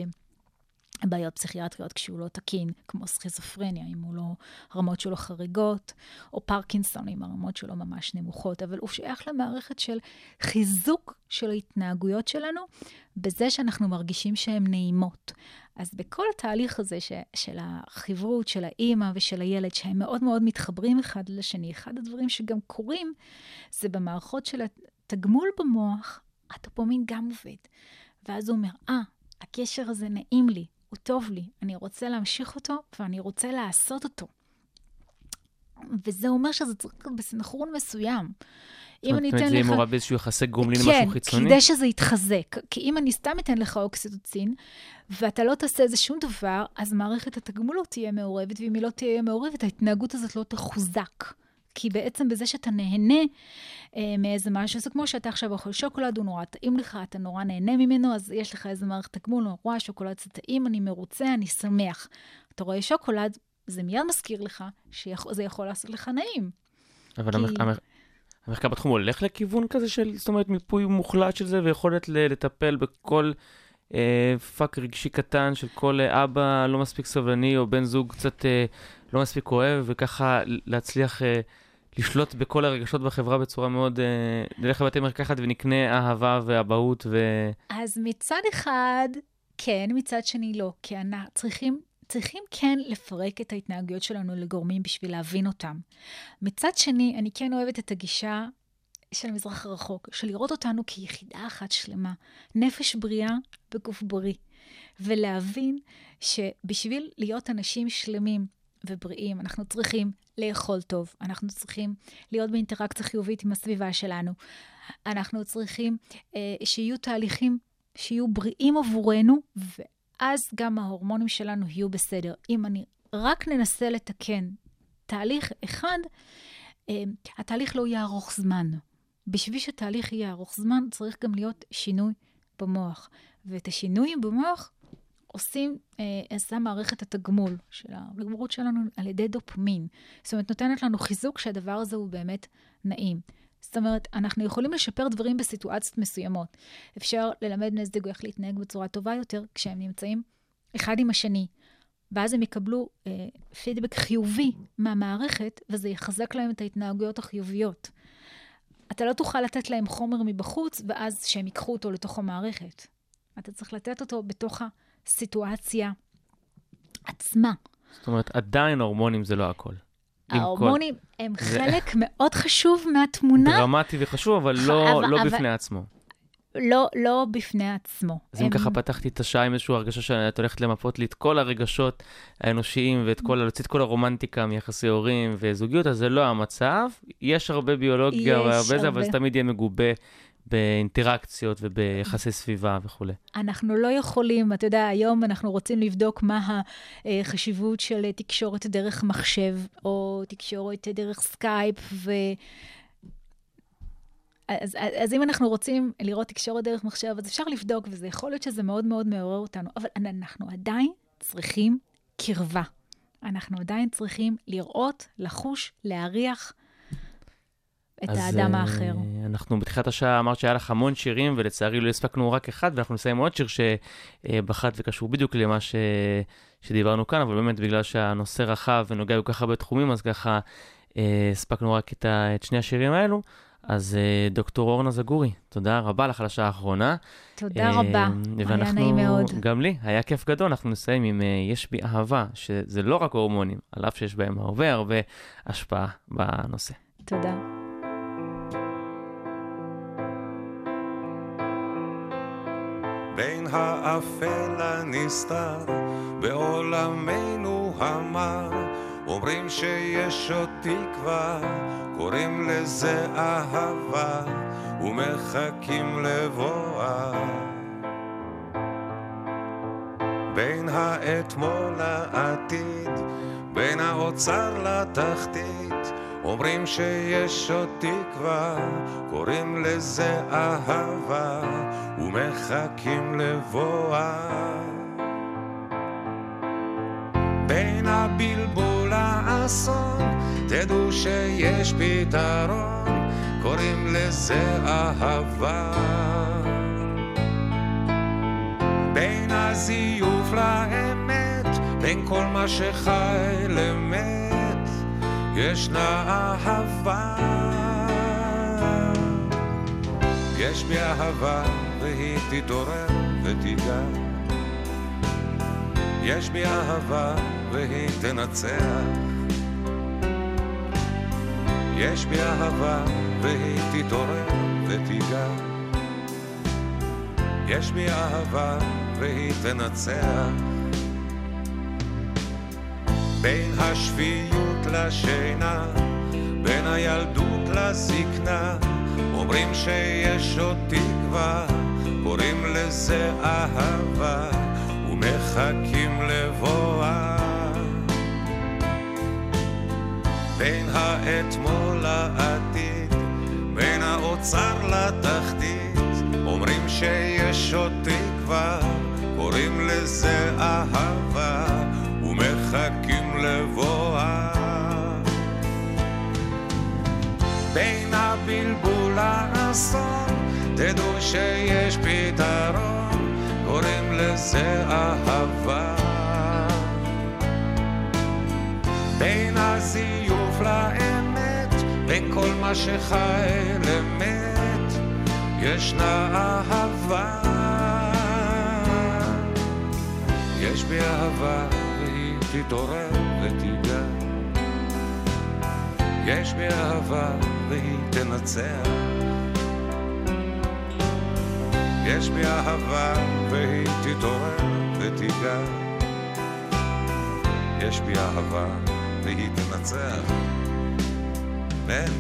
בעיות פסיכיאטריות כשהוא לא תקין, כמו סכיזופרניה, אם הוא לא, הרמות שלו חריגות, או פרקינסון, אם הרמות שלו ממש נמוכות, אבל הוא שייך למערכת של חיזוק של ההתנהגויות שלנו, בזה שאנחנו מרגישים שהן נעימות. אז בכל התהליך הזה ש, של החברות, של האימא ושל הילד, שהם מאוד מאוד מתחברים אחד לשני, אחד הדברים שגם קורים, זה במערכות של התגמול במוח, הדופמין גם עובד. ואז הוא אומר, אה, הקשר הזה נעים לי, הוא טוב לי, אני רוצה להמשיך אותו, ואני רוצה לעשות אותו. וזה אומר שזה צריך להיות בסנכרון מסוים. זאת אומרת, זה יהיה מעורב באיזשהו יחסי גומלין למשהו חיצוני? כן, כדי שזה יתחזק. כי אם אני סתם אתן לך אוקסיטוצין, ואתה לא תעשה איזה שום דבר, אז מערכת התגמול לא תהיה מעורבת, ואם היא לא תהיה מעורבת, ההתנהגות הזאת לא תחוזק. כי בעצם בזה שאתה נהנה אה, מאיזה משהו, זה כמו שאתה עכשיו אוכל שוקולד, הוא נורא טעים לך, אתה נורא נהנה ממנו, אז יש לך איזה מערכת תגמול, נורא, שוקולד זה טעים, אני מרוצה, אני שמח. אתה רואה שוקולד, זה מיד מזכיר לך שזה יכול לעשות לך נעים. אבל כי... המח... המחקר בתחום הולך לכיוון כזה של, זאת אומרת, מיפוי מוחלט של זה, ויכולת לטפל בכל אה, פאק רגשי קטן של כל אה, אבא לא מספיק סובלני, או בן זוג קצת אה, לא מספיק אוהב, וככה להצליח אה, לשלוט בכל הרגשות בחברה בצורה מאוד, אה, נלך לבתי מרקחת ונקנה אהבה ואבהות ו... אז מצד אחד, כן, מצד שני לא, כי אנחנו צריכים... צריכים כן לפרק את ההתנהגויות שלנו לגורמים בשביל להבין אותם. מצד שני, אני כן אוהבת את הגישה של המזרח הרחוק, של לראות אותנו כיחידה אחת שלמה, נפש בריאה בגוף בריא, ולהבין שבשביל להיות אנשים שלמים ובריאים, אנחנו צריכים לאכול טוב, אנחנו צריכים להיות באינטראקציה חיובית עם הסביבה שלנו, אנחנו צריכים אה, שיהיו תהליכים שיהיו בריאים עבורנו, ו... אז גם ההורמונים שלנו יהיו בסדר. אם אני רק ננסה לתקן תהליך אחד, התהליך לא יהיה ארוך זמן. בשביל שתהליך יהיה ארוך זמן, צריך גם להיות שינוי במוח. ואת השינויים במוח עושים, עשה מערכת התגמול של הגמרות שלנו על ידי דופמין. זאת אומרת, נותנת לנו חיזוק שהדבר הזה הוא באמת נעים. זאת אומרת, אנחנו יכולים לשפר דברים בסיטואציות מסוימות. אפשר ללמד בני זוג איך להתנהג בצורה טובה יותר כשהם נמצאים אחד עם השני. ואז הם יקבלו אה, פידבק חיובי מהמערכת, וזה יחזק להם את ההתנהגויות החיוביות. אתה לא תוכל לתת להם חומר מבחוץ, ואז שהם ייקחו אותו לתוך המערכת. אתה צריך לתת אותו בתוך הסיטואציה עצמה. זאת אומרת, עדיין הורמונים זה לא הכל. ההורמונים הם חלק מאוד חשוב מהתמונה. דרמטי וחשוב, אבל לא בפני עצמו. לא, לא בפני עצמו. אז אם ככה פתחתי את השעה עם איזושהי הרגשה שאת הולכת למפות לי את כל הרגשות האנושיים, ואת כל, להוציא את כל הרומנטיקה מיחסי הורים וזוגיות, אז זה לא המצב. יש הרבה ביולוגיה והרבה זה, אבל זה תמיד יהיה מגובה באינטראקציות וביחסי סביבה וכו'. אנחנו לא יכולים, אתה יודע, היום אנחנו רוצים לבדוק מה החשיבות של תקשורת דרך מחשב, או תקשורת דרך סקייפ, ו... אז, אז אם אנחנו רוצים לראות תקשורת דרך מחשב, אז אפשר לבדוק, וזה יכול להיות שזה מאוד מאוד מעורר אותנו, אבל אנחנו עדיין צריכים קרבה. אנחנו עדיין צריכים לראות, לחוש, להריח, את האדם האחר. אנחנו בתחילת השעה אמרת שהיה לך המון שירים, ולצערי לא הספקנו רק אחד, ואנחנו נסיים עוד שיר שבחת וקשור בדיוק למה ש... שדיברנו כאן, אבל באמת בגלל שהנושא רחב ונוגע כל כך הרבה תחומים, אז ככה הספקנו רק את, ה... את שני השירים האלו. אז דוקטור אורנה זגורי, תודה רבה לך על השעה האחרונה. תודה רבה, היה נעים מאוד. גם לי, היה כיף גדול, אנחנו נסיים עם יש בי אהבה, שזה לא רק הורמונים, על אף שיש בהם הרבה הרבה השפעה בנושא. תודה. בין האפל הנסתר בעולמנו המר, אומרים שיש עוד תקווה, קוראים לזה אהבה ומחכים לבואה. בין האתמול לעתיד, בין האוצר לתחתית, אומרים שיש עוד תקווה, קוראים לזה אהבה ומחכים לבואה. בין הבלבול לאסון, תדעו שיש פתרון, קוראים לזה אהבה. בין הזיוף לאמת, בין כל מה שחי למת, ישנה אהבה. יש בי אהבה והיא תתעורר ותיגע, יש בי אהבה והיא תנצח, יש בי אהבה והיא תתעורר ותיגע, יש בי אהבה והיא תנצח. בין השפיות לשינה, בין הילדות לזקנה, אומרים שיש עוד תקווה, קוראים לזה אהבה ומחכים לבואה. בין האתמול לעתיד, בין האוצר לתחתית, אומרים שיש עוד תקווה, קוראים לזה אהבה ומחכים לבואה. תדעו שיש פתרון, קוראים לזה אהבה. בין הזיוף לאמת, בין כל מה שחי למת, ישנה אהבה. יש בי אהבה והיא תתעורר ותיגע. יש בי אהבה והיא תנצח. יש בי אהבה והיא תתעורר ותיגע. יש בי אהבה והיא תנצח. מן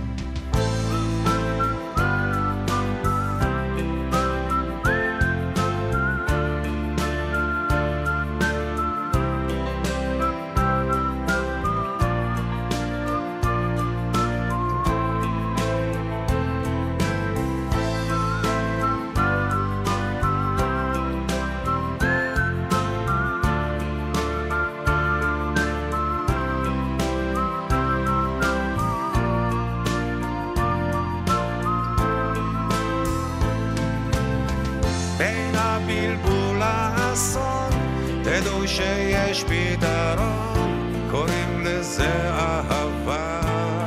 תדעו שיש פתרון, קוראים לזה אהבה.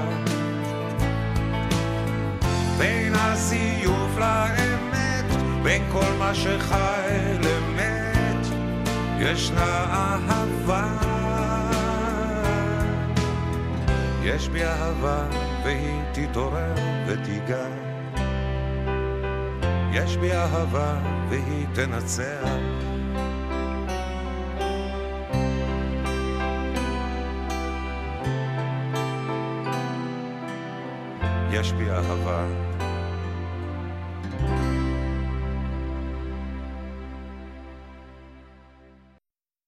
בין הזיוף לאמת, בין כל מה שחי למת, ישנה אהבה. יש בי אהבה והיא תתעורר ותיגע. יש בי אהבה והיא תנצח. יש בי אהבה